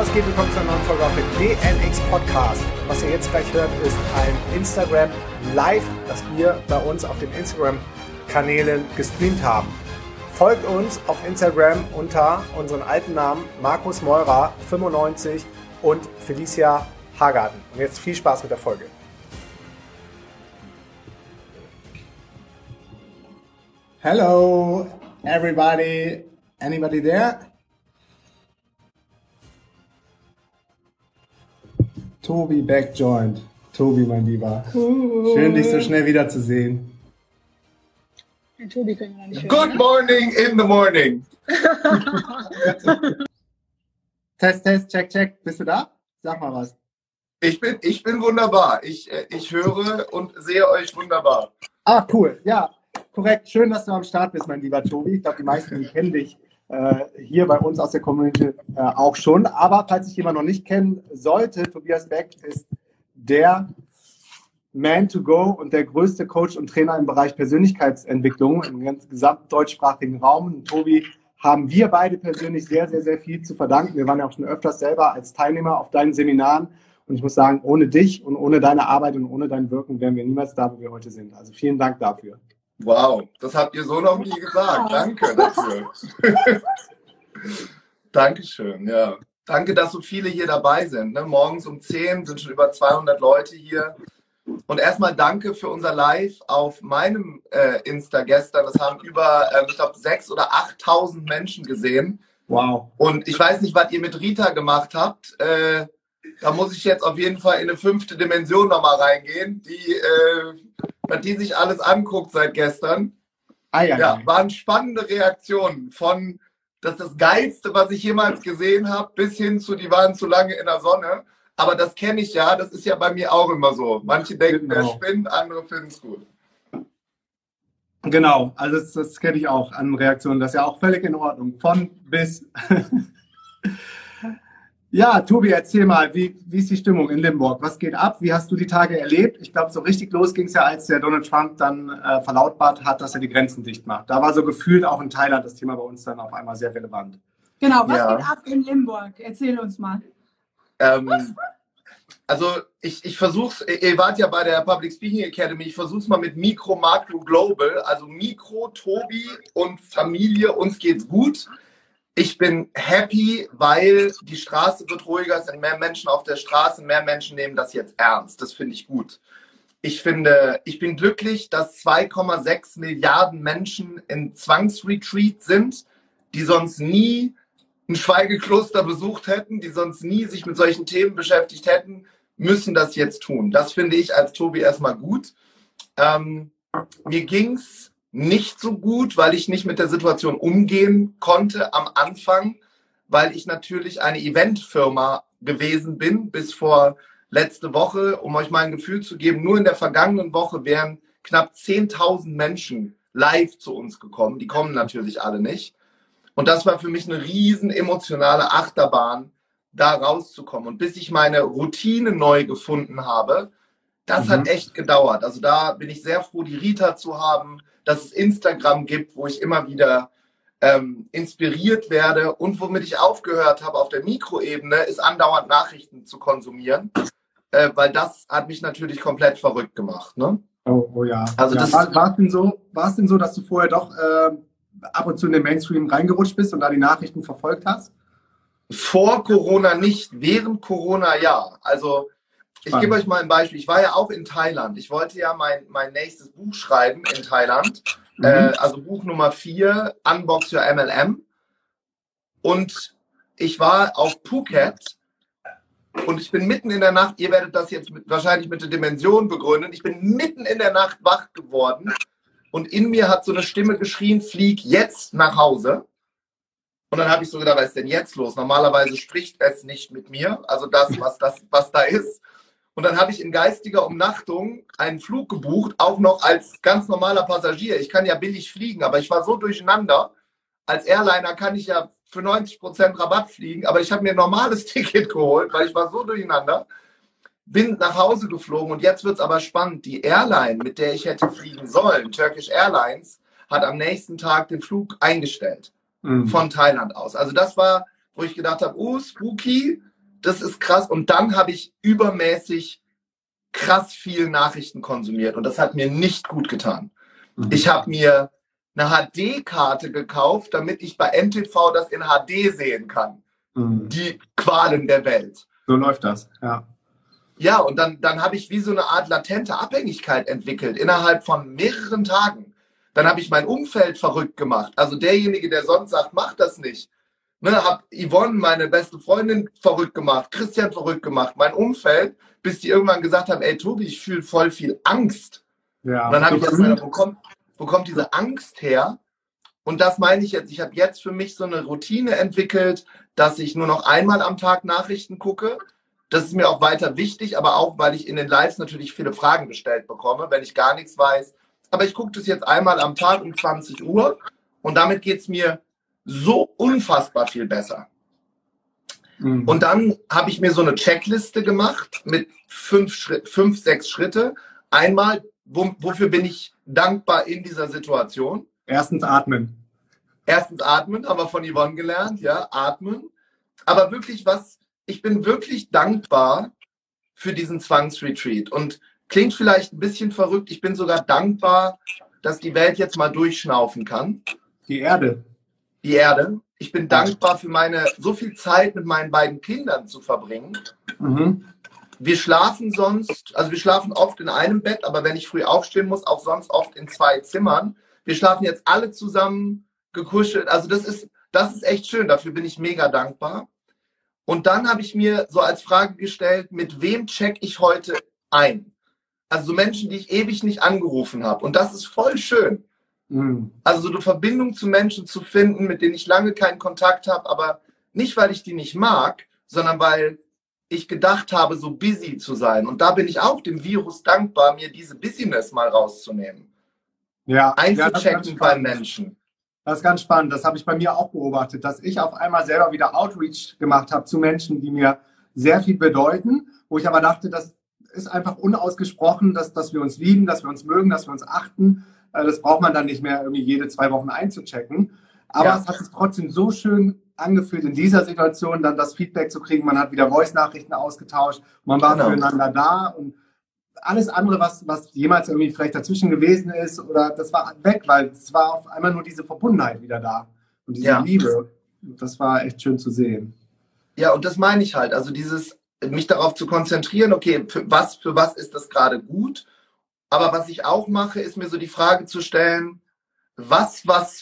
Was geht? Willkommen zu einer neuen Folge auf dem DNX Podcast. Was ihr jetzt gleich hört, ist ein Instagram Live, das wir bei uns auf den Instagram-Kanälen gestreamt haben. Folgt uns auf Instagram unter unseren alten Namen Markus Meurer 95 und Felicia Hagarten. Und jetzt viel Spaß mit der Folge. Hello, everybody. Anybody there? Tobi backjoined. Tobi, mein Lieber. Schön, dich so schnell wiederzusehen. Tobi können wir noch nicht hören. Good morning in the morning. Test, check. Bist du da? Sag mal was. Ich bin wunderbar. Ich höre und sehe euch wunderbar. Ah, cool. Ja, korrekt. Schön, dass du am Start bist, mein lieber Tobi. Ich glaube, die meisten kennen dich hier bei uns aus der Community auch schon. Aber falls sich jemand noch nicht kennen sollte, Tobias Beck ist der Man to go und der größte Coach und Trainer im Bereich Persönlichkeitsentwicklung im ganzen gesamten deutschsprachigen Raum. Und Tobi, haben wir beide persönlich sehr, sehr, sehr viel zu verdanken. Wir waren ja auch schon öfters selber als Teilnehmer auf deinen Seminaren. Und ich muss sagen, ohne dich und ohne deine Arbeit und ohne dein Wirken wären wir niemals da, wo wir heute sind. Also vielen Dank dafür. Wow, das habt ihr so noch nie gesagt. Danke dafür. Dankeschön, ja. Danke, dass so viele hier dabei sind. Ne? Morgens um 10 sind schon über 200 Leute hier. Und erstmal danke für unser Live auf meinem Insta gestern. Das haben über, ich glaube, 6.000 oder 8.000 Menschen gesehen. Wow. Und ich weiß nicht, was ihr mit Rita gemacht habt. Da muss ich jetzt auf jeden Fall in eine 5. Dimension nochmal reingehen, die sich alles anguckt seit gestern. Ja, waren spannende Reaktionen von das Geilste, was ich jemals gesehen habe, bis hin zu, die waren zu lange in der Sonne. Aber das kenne ich ja, das ist ja bei mir auch immer so. Manche denken, der spinnt, andere finden es gut. Genau, also das kenne ich auch an Reaktionen. Das ist ja auch völlig in Ordnung. Von bis. Ja, Tobi, erzähl mal, wie ist die Stimmung in Limburg? Was geht ab? Wie hast du die Tage erlebt? Ich glaube, so richtig los ging es ja, als der Donald Trump dann verlautbart hat, dass er die Grenzen dicht macht. Da war so gefühlt auch in Thailand das Thema bei uns dann auf einmal sehr relevant. Genau, was geht ab in Limburg? Erzähl uns mal. Also ich versuche es, ihr wart ja bei der Public Speaking Academy, ich versuche es mal mit Mikro, Makro, Global. Also Mikro, Tobi und Familie, uns geht's gut. Ich bin happy, weil die Straße wird ruhiger, es sind mehr Menschen auf der Straße, mehr Menschen nehmen das jetzt ernst. Das finde ich gut. Ich bin glücklich, dass 2,6 Milliarden Menschen in Zwangsretreat sind, die sonst nie ein Schweigekloster besucht hätten, die sonst nie sich mit solchen Themen beschäftigt hätten, müssen das jetzt tun. Das finde ich als Tobi erstmal gut. Mir ging's nicht so gut, weil ich nicht mit der Situation umgehen konnte am Anfang, weil ich natürlich eine Eventfirma gewesen bin bis vor letzte Woche, um euch mal ein Gefühl zu geben. Nur in der vergangenen Woche wären knapp 10.000 Menschen live zu uns gekommen. Die kommen natürlich alle nicht. Und das war für mich eine riesen emotionale Achterbahn, da rauszukommen. Und bis ich meine Routine neu gefunden habe, das hat echt gedauert. Also da bin ich sehr froh, die Rita zu haben, dass es Instagram gibt, wo ich immer wieder inspiriert werde und womit ich aufgehört habe auf der Mikroebene, ist andauernd Nachrichten zu konsumieren, weil das hat mich natürlich komplett verrückt gemacht. Ne? Oh ja. Also ja. War es denn so, dass du vorher doch ab und zu in den Mainstream reingerutscht bist und da die Nachrichten verfolgt hast? Vor Corona nicht, während Corona ja. Also ich gebe euch mal ein Beispiel. Ich war ja auch in Thailand. Ich wollte ja mein nächstes Buch schreiben in Thailand. Also Buch Nummer 4, Unbox Your MLM. Und ich war auf Phuket und ich bin mitten in der Nacht, ihr werdet das jetzt wahrscheinlich mit der Dimension begründen, ich bin mitten in der Nacht wach geworden und in mir hat so eine Stimme geschrien, flieg jetzt nach Hause. Und dann habe ich so gedacht, was ist denn jetzt los? Normalerweise spricht es nicht mit mir, also was da ist. Und dann habe ich in geistiger Umnachtung einen Flug gebucht, auch noch als ganz normaler Passagier. Ich kann ja billig fliegen, aber ich war so durcheinander. Als Airliner kann ich ja für 90% Rabatt fliegen, aber ich habe mir ein normales Ticket geholt, weil ich war so durcheinander. Bin nach Hause geflogen und jetzt wird es aber spannend. Die Airline, mit der ich hätte fliegen sollen, Turkish Airlines, hat am nächsten Tag den Flug eingestellt von Thailand aus. Also das war, wo ich gedacht habe, spooky. das ist krass. Und dann habe ich übermäßig krass viel Nachrichten konsumiert und das hat mir nicht gut getan. Ich habe mir eine HD-Karte gekauft, damit ich bei NTV das in HD sehen kann. Die Qualen der Welt. So läuft das, ja. Ja, und dann habe ich wie so eine Art latente Abhängigkeit entwickelt innerhalb von mehreren Tagen. Dann habe ich mein Umfeld verrückt gemacht. Also derjenige, der sonst sagt, mach das nicht. Ne, habe Yvonne, meine beste Freundin, verrückt gemacht, Christian verrückt gemacht, mein Umfeld, bis die irgendwann gesagt haben, ey Tobi, ich fühle voll viel Angst. Ja. Und dann habe ich gesagt, wo kommt diese Angst her? Und das meine ich jetzt. Ich habe jetzt für mich so eine Routine entwickelt, dass ich nur noch einmal am Tag Nachrichten gucke. Das ist mir auch weiter wichtig, aber auch, weil ich in den Lives natürlich viele Fragen gestellt bekomme, wenn ich gar nichts weiß. Aber ich gucke das jetzt einmal am Tag um 20 Uhr und damit geht es mir so unfassbar viel besser. Und dann habe ich mir so eine Checkliste gemacht mit 5, 6 Schritte. Einmal, wofür bin ich dankbar in dieser Situation? Erstens atmen. Erstens atmen, haben wir von Yvonne gelernt, ja, atmen. Aber wirklich ich bin wirklich dankbar für diesen Zwangsretreat. Und klingt vielleicht ein bisschen verrückt, ich bin sogar dankbar, dass die Welt jetzt mal durchschnaufen kann. Die Erde. Die Erde. Ich bin dankbar für so viel Zeit mit meinen beiden Kindern zu verbringen. Wir schlafen wir schlafen oft in einem Bett, aber wenn ich früh aufstehen muss, auch sonst oft in 2 Zimmern. Wir schlafen jetzt alle zusammen gekuschelt. Also das ist echt schön. Dafür bin ich mega dankbar. Und dann habe ich mir so als Frage gestellt, mit wem check ich heute ein? Also so Menschen, die ich ewig nicht angerufen habe. Und das ist voll schön. Also so eine Verbindung zu Menschen zu finden, mit denen ich lange keinen Kontakt habe, aber nicht, weil ich die nicht mag, sondern weil ich gedacht habe, so busy zu sein. Und da bin ich auch dem Virus dankbar, mir diese Busyness mal rauszunehmen. Ja, einzuchecken bei Menschen. Das ist ganz spannend. Das habe ich bei mir auch beobachtet, dass ich auf einmal selber wieder Outreach gemacht habe zu Menschen, die mir sehr viel bedeuten, wo ich aber dachte, das ist einfach unausgesprochen, dass wir uns lieben, dass wir uns mögen, dass wir uns achten. Das braucht man dann nicht mehr irgendwie jede 2 Wochen einzuchecken. Aber es hat sich trotzdem so schön angefühlt, in dieser Situation dann das Feedback zu kriegen. Man hat wieder Voice-Nachrichten ausgetauscht, man war füreinander da und alles andere, was jemals irgendwie vielleicht dazwischen gewesen ist, oder das war weg, weil es war auf einmal nur diese Verbundenheit wieder da und diese Liebe. Das war echt schön zu sehen. Ja, und das meine ich halt. Also mich darauf zu konzentrieren, okay, für was ist das gerade gut? Aber was ich auch mache, ist mir so die Frage zu stellen, was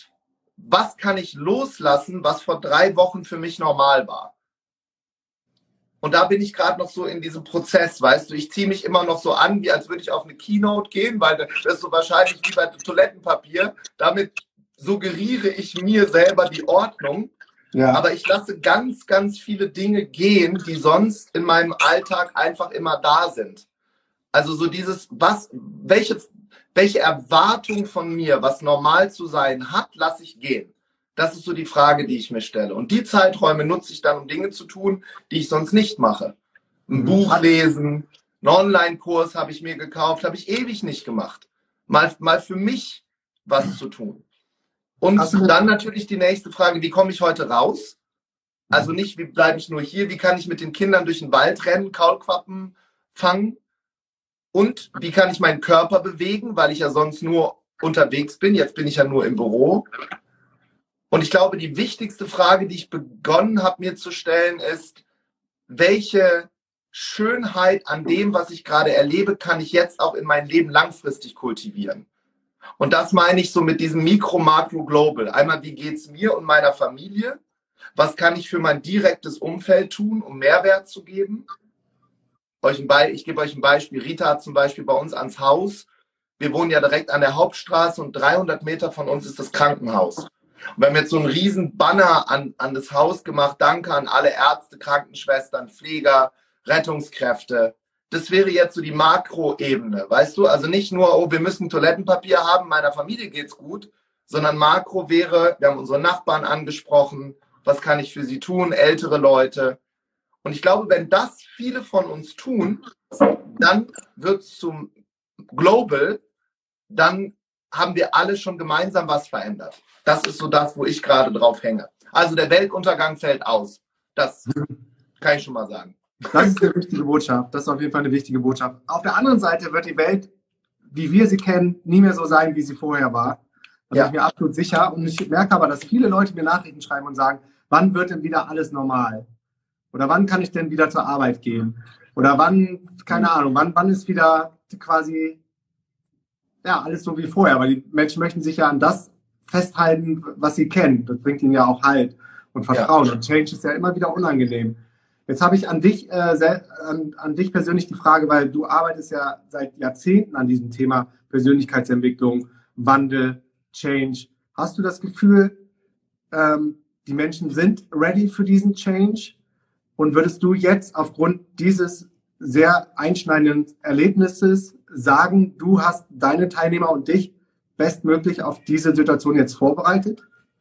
kann ich loslassen, was vor 3 Wochen für mich normal war? Und da bin ich gerade noch so in diesem Prozess, weißt du, ich ziehe mich immer noch so an, wie als würde ich auf eine Keynote gehen, weil das ist so wahrscheinlich wie bei Toilettenpapier. Damit suggeriere ich mir selber die Ordnung. Ja. Aber ich lasse ganz, ganz viele Dinge gehen, die sonst in meinem Alltag einfach immer da sind. Also so dieses, welche Erwartung von mir, was normal zu sein hat, lasse ich gehen. Das ist so die Frage, die ich mir stelle. Und die Zeiträume nutze ich dann, um Dinge zu tun, die ich sonst nicht mache. Ein Buch lesen, einen Online-Kurs habe ich mir gekauft, habe ich ewig nicht gemacht. Mal für mich was zu tun. Und dann natürlich die nächste Frage, wie komme ich heute raus? Also nicht, wie bleibe ich nur hier, wie kann ich mit den Kindern durch den Wald rennen, Kaulquappen fangen? Und wie kann ich meinen Körper bewegen, weil ich ja sonst nur unterwegs bin. Jetzt bin ich ja nur im Büro. Und ich glaube, die wichtigste Frage, die ich begonnen habe, mir zu stellen, ist, welche Schönheit an dem, was ich gerade erlebe, kann ich jetzt auch in mein Leben langfristig kultivieren? Und das meine ich so mit diesem Mikro, Makro, Global. Einmal, wie geht es mir und meiner Familie? Was kann ich für mein direktes Umfeld tun, um Mehrwert zu geben? Ich gebe euch ein Beispiel. Rita hat zum Beispiel bei uns ans Haus. Wir wohnen ja direkt an der Hauptstraße und 300 Meter von uns ist das Krankenhaus. Und wir haben jetzt so einen riesen Banner an das Haus gemacht. Danke an alle Ärzte, Krankenschwestern, Pfleger, Rettungskräfte. Das wäre jetzt so die Makroebene, weißt du? Also nicht nur, oh, wir müssen Toilettenpapier haben, meiner Familie geht's gut, sondern Makro wäre, wir haben unsere Nachbarn angesprochen, was kann ich für sie tun, ältere Leute. Und ich glaube, wenn das viele von uns tun, dann wird es zum Global, dann haben wir alle schon gemeinsam was verändert. Das ist so das, wo ich gerade drauf hänge. Also der Weltuntergang fällt aus. Das Kann ich schon mal sagen. Das ist eine wichtige Botschaft. Das ist auf jeden Fall eine wichtige Botschaft. Auf der anderen Seite wird die Welt, wie wir sie kennen, nie mehr so sein, wie sie vorher war. Da bin ich mir absolut sicher. Und ich merke aber, dass viele Leute mir Nachrichten schreiben und sagen, wann wird denn wieder alles normal? Oder wann kann ich denn wieder zur Arbeit gehen? Oder wann, keine Ahnung, wann ist wieder quasi alles so wie vorher? Weil die Menschen möchten sich ja an das festhalten, was sie kennen. Das bringt ihnen ja auch Halt und Vertrauen. Und Change ist ja immer wieder unangenehm. Jetzt habe ich an dich persönlich die Frage, weil du arbeitest ja seit Jahrzehnten an diesem Thema Persönlichkeitsentwicklung, Wandel, Change. Hast du das Gefühl, die Menschen sind ready für diesen Change? Und würdest du jetzt aufgrund dieses sehr einschneidenden Erlebnisses sagen, du hast deine Teilnehmer und dich bestmöglich auf diese Situation jetzt vorbereitet?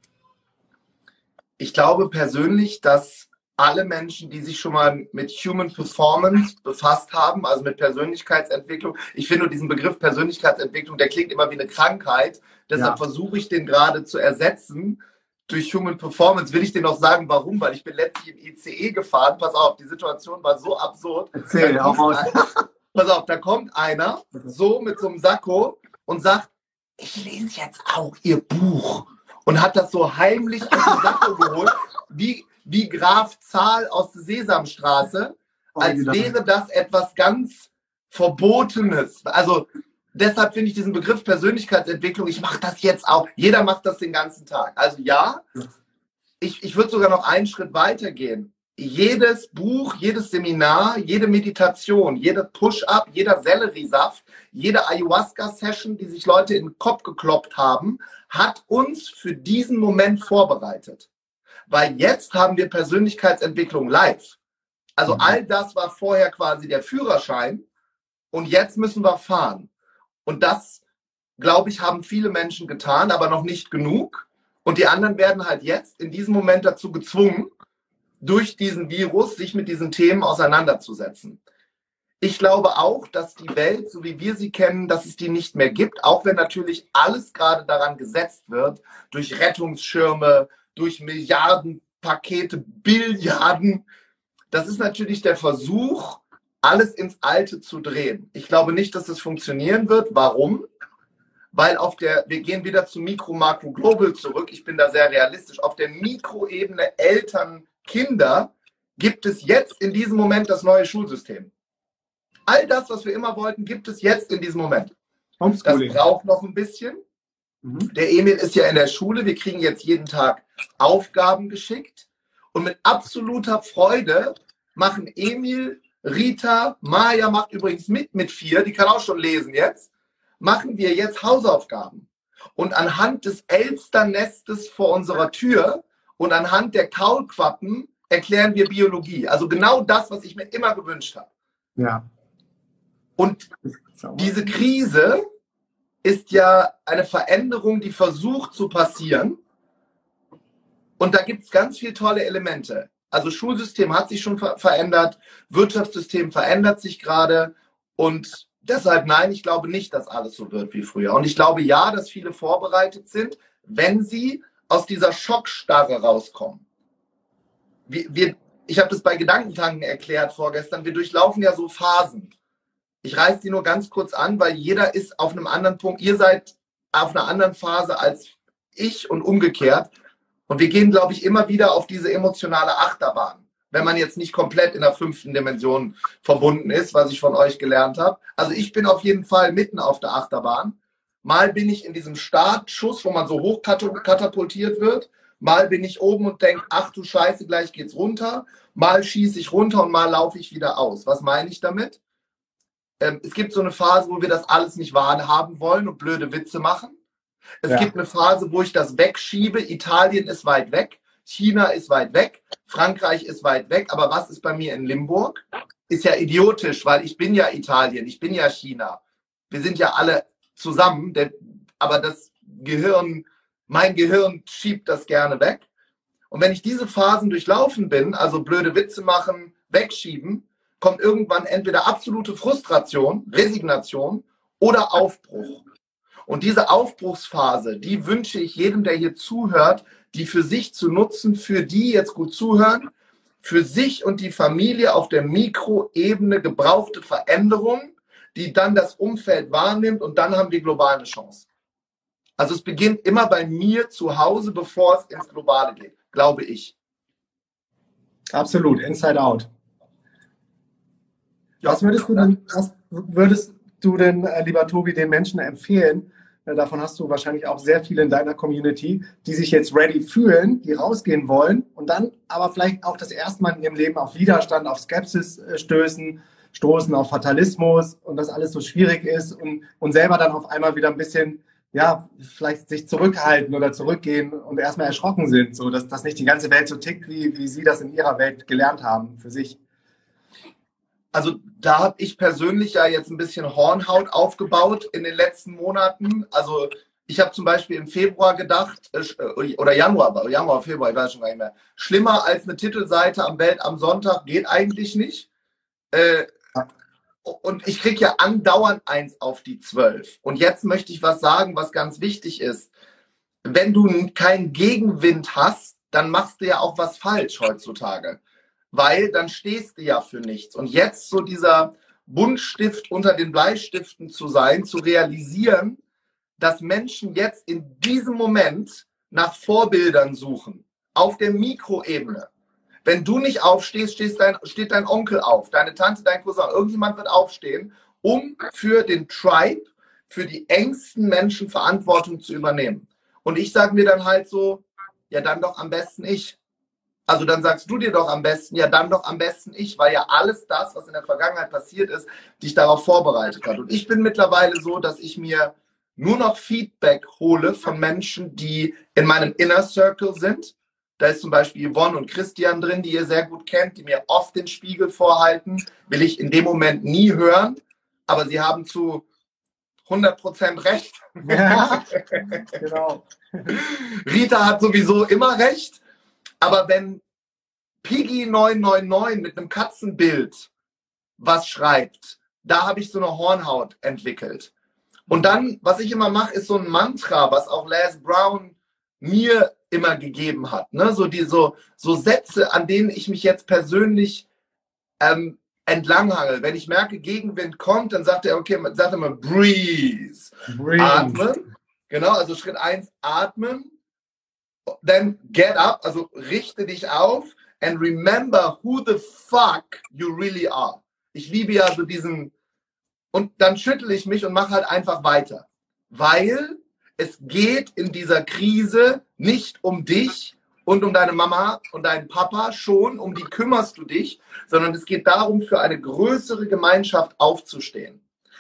Ich glaube persönlich, dass alle Menschen, die sich schon mal mit Human Performance befasst haben, also mit Persönlichkeitsentwicklung, ich finde diesen Begriff Persönlichkeitsentwicklung, der klingt immer wie eine Krankheit, deshalb versuche ich den gerade zu ersetzen durch Human Performance. Will ich dir noch sagen, warum? Weil ich bin letztlich im ICE gefahren, pass auf, die Situation war so absurd. Erzähl, hau raus. Pass auf, da kommt einer so mit so einem Sakko und sagt, ich lese jetzt auch Ihr Buch, und hat das so heimlich aus dem Sakko geholt, wie Graf Zahl aus der Sesamstraße, als wäre das etwas ganz Verbotenes. Also deshalb finde ich diesen Begriff Persönlichkeitsentwicklung, ich mache das jetzt auch, jeder macht das den ganzen Tag. Also ja, ich würde sogar noch einen Schritt weiter gehen. Jedes Buch, jedes Seminar, jede Meditation, jeder Push-Up, jeder Selleriesaft, jede Ayahuasca-Session, die sich Leute in den Kopf gekloppt haben, hat uns für diesen Moment vorbereitet. Weil jetzt haben wir Persönlichkeitsentwicklung live. Also all das war vorher quasi der Führerschein und jetzt müssen wir fahren. Und das, glaube ich, haben viele Menschen getan, aber noch nicht genug. Und die anderen werden halt jetzt in diesem Moment dazu gezwungen, durch diesen Virus sich mit diesen Themen auseinanderzusetzen. Ich glaube auch, dass die Welt, so wie wir sie kennen, dass es die nicht mehr gibt, auch wenn natürlich alles gerade daran gesetzt wird, durch Rettungsschirme, durch Milliardenpakete, Billiarden. Das ist natürlich der Versuch, alles ins Alte zu drehen. Ich glaube nicht, dass das funktionieren wird. Warum? Weil wir gehen wieder zu Mikro, Makro, Global zurück. Ich bin da sehr realistisch. Auf der Mikroebene Eltern, Kinder gibt es jetzt in diesem Moment das neue Schulsystem. All das, was wir immer wollten, gibt es jetzt in diesem Moment. Das braucht noch ein bisschen. Der Emil ist ja in der Schule. Wir kriegen jetzt jeden Tag Aufgaben geschickt. Und mit absoluter Freude machen Emil, Rita, Maja macht übrigens mit 4, die kann auch schon lesen jetzt, machen wir jetzt Hausaufgaben. Und anhand des Elsternestes vor unserer Tür und anhand der Kaulquappen erklären wir Biologie. Also genau das, was ich mir immer gewünscht habe. Ja. Und diese Krise ist ja eine Veränderung, die versucht zu passieren. Und da gibt es ganz viele tolle Elemente. Also Schulsystem hat sich schon verändert, Wirtschaftssystem verändert sich gerade. Und deshalb nein, ich glaube nicht, dass alles so wird wie früher. Und ich glaube ja, dass viele vorbereitet sind, wenn sie aus dieser Schockstarre rauskommen. Ich habe das bei Gedankentanken erklärt vorgestern, wir durchlaufen ja so Phasen. Ich reiße die nur ganz kurz an, weil jeder ist auf einem anderen Punkt. Ihr seid auf einer anderen Phase als ich und umgekehrt. Und wir gehen, glaube ich, immer wieder auf diese emotionale Achterbahn, wenn man jetzt nicht komplett in der 5. Dimension verbunden ist, was ich von euch gelernt habe. Also ich bin auf jeden Fall mitten auf der Achterbahn. Mal bin ich in diesem Startschuss, wo man so hoch katapultiert wird. Mal bin ich oben und denke, ach du Scheiße, gleich geht's runter. Mal schieße ich runter und mal laufe ich wieder aus. Was meine ich damit? Es gibt so eine Phase, wo wir das alles nicht wahrhaben wollen und blöde Witze machen. Es gibt eine Phase, wo ich das wegschiebe. Italien ist weit weg, China ist weit weg, Frankreich ist weit weg. Aber was ist bei mir in Limburg? Ist ja idiotisch, weil ich bin ja Italien, ich bin ja China. Wir sind ja alle zusammen, aber das Gehirn, mein Gehirn schiebt das gerne weg. Und wenn ich diese Phasen durchlaufen bin, also blöde Witze machen, wegschieben, kommt irgendwann entweder absolute Frustration, Resignation oder Aufbruch. Und diese Aufbruchsphase, die wünsche ich jedem, der hier zuhört, die für sich zu nutzen, für die jetzt gut zuhören, für sich und die Familie auf der Mikroebene gebrauchte Veränderung, die dann das Umfeld wahrnimmt und dann haben wir global eine Chance. Also es beginnt immer bei mir zu Hause, bevor es ins Globale geht, glaube ich. Absolut, inside out. Was würdest du denn, lieber Tobi, den Menschen empfehlen? Davon hast du wahrscheinlich auch sehr viele in deiner Community, die sich jetzt ready fühlen, die rausgehen wollen und dann aber vielleicht auch das erste Mal in ihrem Leben auf Widerstand, auf Skepsis stoßen, auf Fatalismus und das alles so schwierig ist und selber dann auf einmal wieder ein bisschen, ja, vielleicht sich zurückhalten oder zurückgehen und erstmal erschrocken sind, so dass nicht die ganze Welt so tickt, wie sie das in ihrer Welt gelernt haben für sich. Also da habe ich persönlich ja jetzt ein bisschen Hornhaut aufgebaut in den letzten Monaten. Also ich habe zum Beispiel im Februar gedacht, oder Januar, Februar, ich weiß schon gar nicht mehr, schlimmer als eine Titelseite am Welt am Sonntag geht eigentlich nicht. Und ich kriege ja andauernd 1 auf die 12. Und jetzt möchte ich was sagen, was ganz wichtig ist. Wenn du keinen Gegenwind hast, dann machst du ja auch was falsch heutzutage. Weil dann stehst du ja für nichts. Und jetzt so dieser Buntstift unter den Bleistiften zu sein, zu realisieren, dass Menschen jetzt in diesem Moment nach Vorbildern suchen, auf der Mikroebene. Wenn du nicht aufstehst, steht dein Onkel auf, deine Tante, dein Cousin, irgendjemand wird aufstehen, um für den Tribe, für die engsten Menschen Verantwortung zu übernehmen. Und ich sage mir dann halt so, ja dann doch am besten ich. Also dann sagst du dir doch am besten, ja dann doch am besten ich, weil ja alles das, was in der Vergangenheit passiert ist, dich darauf vorbereitet hat. Und ich bin mittlerweile so, dass ich mir nur noch Feedback hole von Menschen, die in meinem Inner Circle sind. Da ist zum Beispiel Yvonne und Christian drin, die ihr sehr gut kennt, die mir oft den Spiegel vorhalten. Will ich in dem Moment nie hören, aber sie haben zu 100% recht. Ja, genau. Rita hat sowieso immer recht. Aber wenn Piggy 999 mit einem Katzenbild was schreibt, da habe ich so eine Hornhaut entwickelt. Und dann, was ich immer mache, ist so ein Mantra, was auch Les Brown mir immer gegeben hat. Ne? So Sätze, an denen ich mich jetzt persönlich entlanghangel. Wenn ich merke, Gegenwind kommt, dann sagt er, okay, sagt er mal, breathe. Atmen. Genau, also Schritt 1, atmen. Then get up, also richte dich auf and remember who the fuck you really are. Ich liebe ja so diesen, und dann schüttle ich mich und mache halt einfach weiter. Weil es geht in dieser Krise nicht um dich und um deine Mama und deinen Papa, schon, um die kümmerst du dich, sondern es geht darum, für eine größere Gemeinschaft aufzustehen.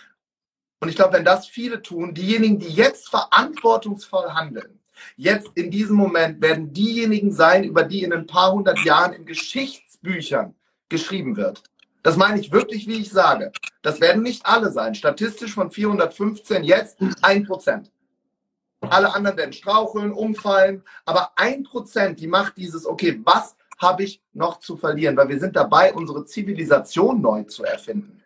Und ich glaube, wenn das viele tun, diejenigen, die jetzt verantwortungsvoll handeln, jetzt in diesem Moment werden diejenigen sein, über die in ein paar hundert Jahren in Geschichtsbüchern geschrieben wird. Das meine ich wirklich, wie ich sage. Das werden nicht alle sein. Statistisch von 415 jetzt 1%. Alle anderen werden straucheln, umfallen. Aber 1%, die macht dieses, okay, was habe ich noch zu verlieren? Weil wir sind dabei, unsere Zivilisation neu zu erfinden.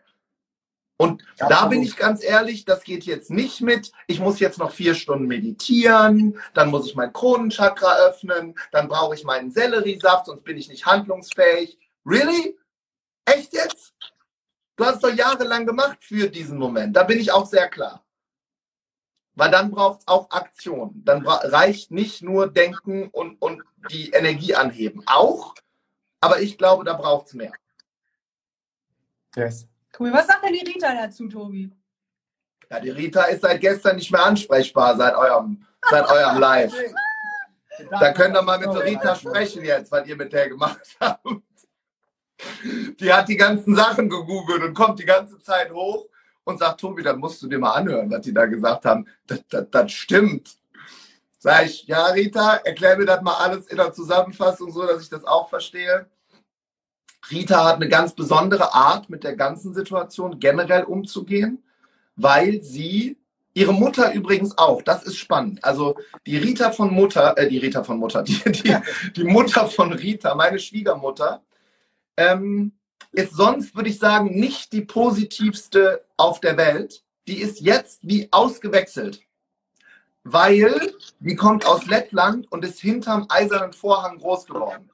Und da bin ich ganz ehrlich, das geht jetzt nicht mit, ich muss jetzt noch 4 Stunden meditieren, dann muss ich mein Kronenchakra öffnen, dann brauche ich meinen Selleriesaft, sonst bin ich nicht handlungsfähig. Really? Echt jetzt? Du hast es doch jahrelang gemacht für diesen Moment. Da bin ich auch sehr klar. Weil dann braucht es auch Aktion. Dann reicht nicht nur Denken und die Energie anheben. Auch, aber ich glaube, da braucht es mehr. Yes. Cool. Was sagt denn die Rita dazu, Tobi? Ja, die Rita ist seit gestern nicht mehr ansprechbar, seit eurem Live. Da könnt ihr mal mit der Rita sprechen jetzt, was ihr mit der gemacht habt. Die hat die ganzen Sachen gegoogelt und kommt die ganze Zeit hoch und sagt, Tobi, dann musst du dir mal anhören, was die da gesagt haben. Das stimmt. Sag ich, ja, Rita, erklär mir das mal alles in der Zusammenfassung so, dass ich das auch verstehe. Rita hat eine ganz besondere Art, mit der ganzen Situation generell umzugehen, weil sie, ihre Mutter übrigens auch, das ist spannend. Also die Mutter von Rita, meine Schwiegermutter, ist sonst, würde ich sagen, nicht die positivste auf der Welt. Die ist jetzt wie ausgewechselt, weil die kommt aus Lettland und ist hinterm Eisernen Vorhang groß geworden.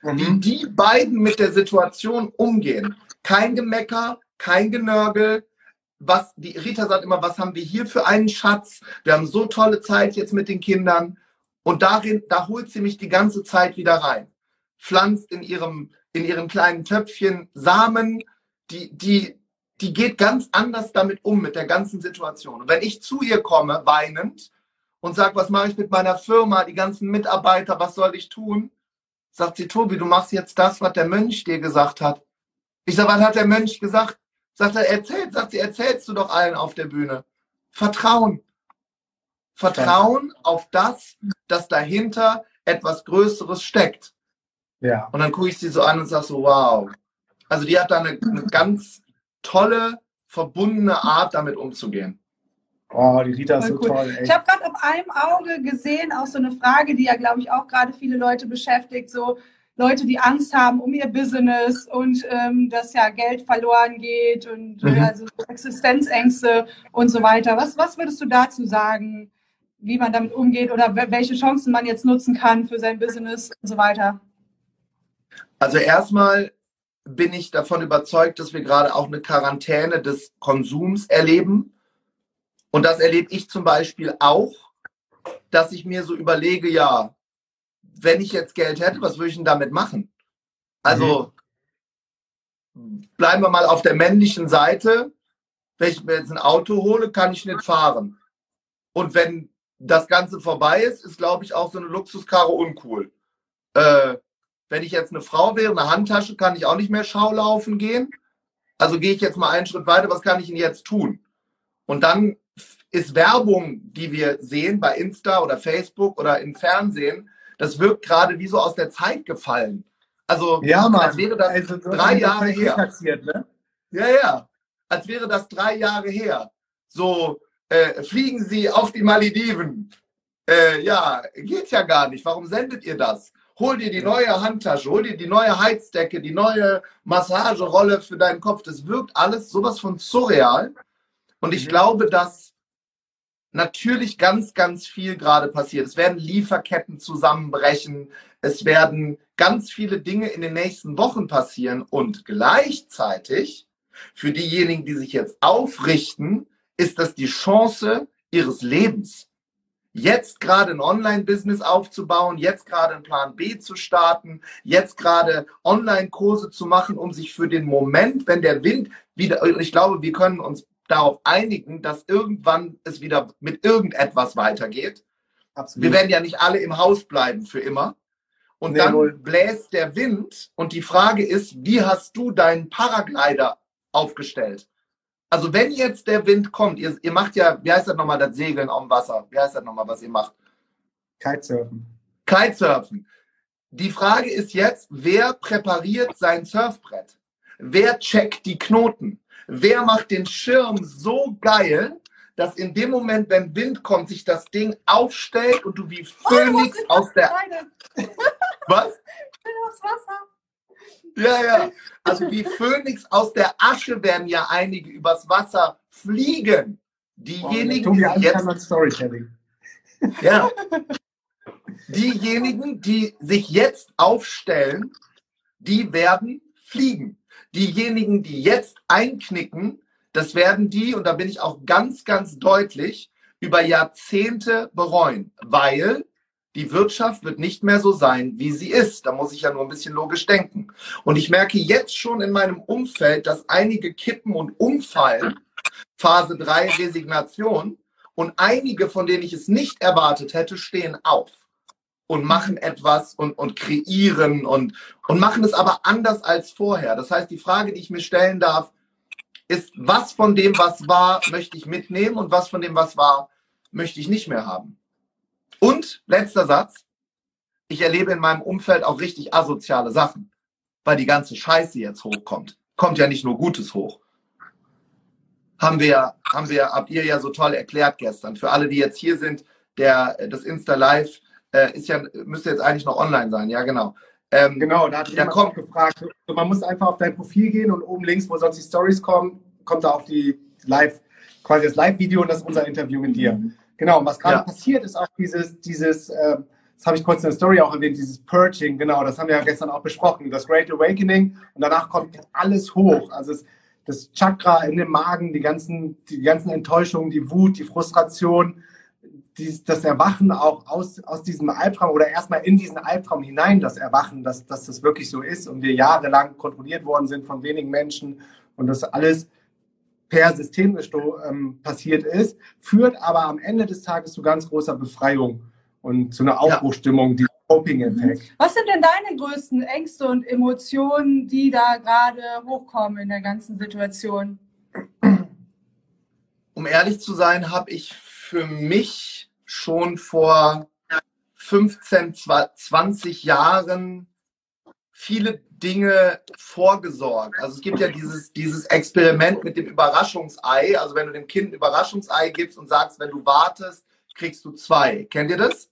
wie die beiden mit der Situation umgehen. Kein Gemecker, kein Genörgel. Die Rita sagt immer, was haben wir hier für einen Schatz? Wir haben so tolle Zeit jetzt mit den Kindern. Und da holt sie mich die ganze Zeit wieder rein. Pflanzt in ihren kleinen Töpfchen Samen, die geht ganz anders damit um, mit der ganzen Situation. Und wenn ich zu ihr komme, weinend, und sage, was mache ich mit meiner Firma, die ganzen Mitarbeiter, was soll ich tun? Sagt sie, Tobi, du machst jetzt das, was der Mönch dir gesagt hat. Ich sage, was hat der Mönch gesagt? Sagt er, erzählst du doch allen auf der Bühne. Vertrauen. Vertrauen auf das, dass dahinter etwas Größeres steckt. Ja. Und dann gucke ich sie so an und sage so, wow. Also die hat da eine ganz tolle, verbundene Art, damit umzugehen. Oh, die Rita ist so cool. toll. Ey. Ich habe gerade auf einem Auge gesehen, auch so eine Frage, die ja, glaube ich, auch gerade viele Leute beschäftigt, so Leute, die Angst haben um ihr Business und dass ja Geld verloren geht und also Existenzängste und so weiter. Was würdest du dazu sagen, wie man damit umgeht oder welche Chancen man jetzt nutzen kann für sein Business und so weiter? Also erstmal bin ich davon überzeugt, dass wir gerade auch eine Quarantäne des Konsums erleben. Und das erlebe ich zum Beispiel auch, dass ich mir so überlege, ja, wenn ich jetzt Geld hätte, was würde ich denn damit machen? Also bleiben wir mal auf der männlichen Seite. Wenn ich mir jetzt ein Auto hole, kann ich nicht fahren. Und wenn das Ganze vorbei ist, glaube ich, auch so eine Luxuskarre uncool. Wenn ich jetzt eine Frau wäre, eine Handtasche, kann ich auch nicht mehr Schaulaufen gehen. Also gehe ich jetzt mal einen Schritt weiter, was kann ich denn jetzt tun? Und dann ist Werbung, die wir sehen bei Insta oder Facebook oder im Fernsehen, das wirkt gerade wie so aus der Zeit gefallen. Also ja, Mann. als wäre das also, 3 Jahre her. Taxiert, ne? Ja. Als wäre das 3 Jahre her. So, fliegen Sie auf die Malediven. Ja, geht ja gar nicht. Warum sendet ihr das? Hol dir die neue Handtasche, hol dir die neue Heizdecke, die neue Massagerolle für deinen Kopf. Das wirkt alles sowas von surreal. Und ich glaube, dass natürlich ganz, ganz viel gerade passiert. Es werden Lieferketten zusammenbrechen. Es werden ganz viele Dinge in den nächsten Wochen passieren. Und gleichzeitig, für diejenigen, die sich jetzt aufrichten, ist das die Chance ihres Lebens. Jetzt gerade ein Online-Business aufzubauen, jetzt gerade einen Plan B zu starten, jetzt gerade Online-Kurse zu machen, um sich für den Moment, wenn der Wind wieder, ich glaube, wir können uns darauf einigen, dass irgendwann es wieder mit irgendetwas weitergeht. Absolut. Wir werden ja nicht alle im Haus bleiben für immer. Und dann bläst der Wind und die Frage ist, wie hast du deinen Paraglider aufgestellt? Also wenn jetzt der Wind kommt, ihr macht ja, wie heißt das nochmal, das Segeln auf dem Wasser? Wie heißt das nochmal, was ihr macht? Kitesurfen. Kitesurfen. Die Frage ist jetzt, wer präpariert sein Surfbrett? Wer checkt die Knoten? Wer macht den Schirm so geil, dass in dem Moment, wenn Wind kommt, sich das Ding aufstellt und du wie Phönix aus der... Was? Ich bin aufs Wasser. Ja. Also wie Phönix aus der Asche werden ja einige übers Wasser fliegen. Diejenigen, die jetzt... Storytelling. Ja. Diejenigen, die sich jetzt aufstellen, die werden fliegen. Diejenigen, die jetzt einknicken, das werden die, und da bin ich auch ganz, ganz deutlich, über Jahrzehnte bereuen, weil die Wirtschaft wird nicht mehr so sein, wie sie ist. Da muss ich ja nur ein bisschen logisch denken. Und ich merke jetzt schon in meinem Umfeld, dass einige kippen und umfallen, Phase 3 Resignation, und einige, von denen ich es nicht erwartet hätte, stehen auf und machen etwas und kreieren und machen es aber anders als vorher. Das heißt, die Frage, die ich mir stellen darf, ist, was von dem, was war, möchte ich mitnehmen und was von dem, was war, möchte ich nicht mehr haben. Und, letzter Satz, ich erlebe in meinem Umfeld auch richtig asoziale Sachen, weil die ganze Scheiße jetzt hochkommt. Kommt ja nicht nur Gutes hoch. Habt ihr ja so toll erklärt gestern. Für alle, die jetzt hier sind, das Insta Live müsste jetzt eigentlich noch online sein, ja genau. Genau, da hat jemand gefragt, man muss einfach auf dein Profil gehen und oben links, wo sonst die Stories kommen, kommt da auch quasi das Live-Video und das ist unser Interview mit dir. Genau, und was gerade passiert, ist auch dieses das habe ich kurz in der Story auch erwähnt, dieses Purging, genau, das haben wir ja gestern auch besprochen, das Great Awakening und danach kommt alles hoch. Also das Chakra in dem Magen, die ganzen Enttäuschungen, die Wut, die Frustration, das Erwachen auch aus diesem Albtraum oder erstmal in diesen Albtraum hinein, das Erwachen, dass das wirklich so ist und wir jahrelang kontrolliert worden sind von wenigen Menschen und das alles per Systemgesto passiert ist, führt aber am Ende des Tages zu ganz großer Befreiung und zu einer Aufbruchstimmung, die Coping-Effekt. Was sind denn deine größten Ängste und Emotionen, die da gerade hochkommen in der ganzen Situation? Um ehrlich zu sein, habe ich für mich schon vor 15, 20 Jahren viele Dinge vorgesorgt. Also es gibt ja dieses Experiment mit dem Überraschungsei. Also wenn du dem Kind ein Überraschungsei gibst und sagst, wenn du wartest, kriegst du 2. Kennt ihr das?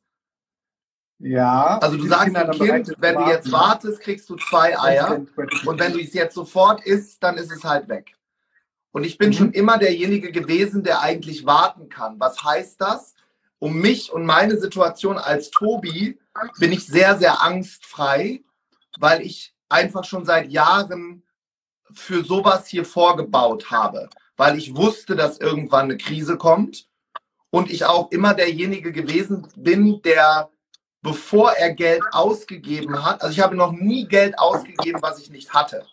Ja. Also du sagst dem Kind, wenn du jetzt wartest, kriegst du 2 Eier. Und wenn du es jetzt sofort isst, dann ist es halt weg. Und ich bin schon immer derjenige gewesen, der eigentlich warten kann. Was heißt das? Um mich und meine Situation als Tobi bin ich sehr, sehr angstfrei, weil ich einfach schon seit Jahren für sowas hier vorgebaut habe. Weil ich wusste, dass irgendwann eine Krise kommt. Und ich auch immer derjenige gewesen bin, der, bevor er Geld ausgegeben hat, also ich habe noch nie Geld ausgegeben, was ich nicht hatte.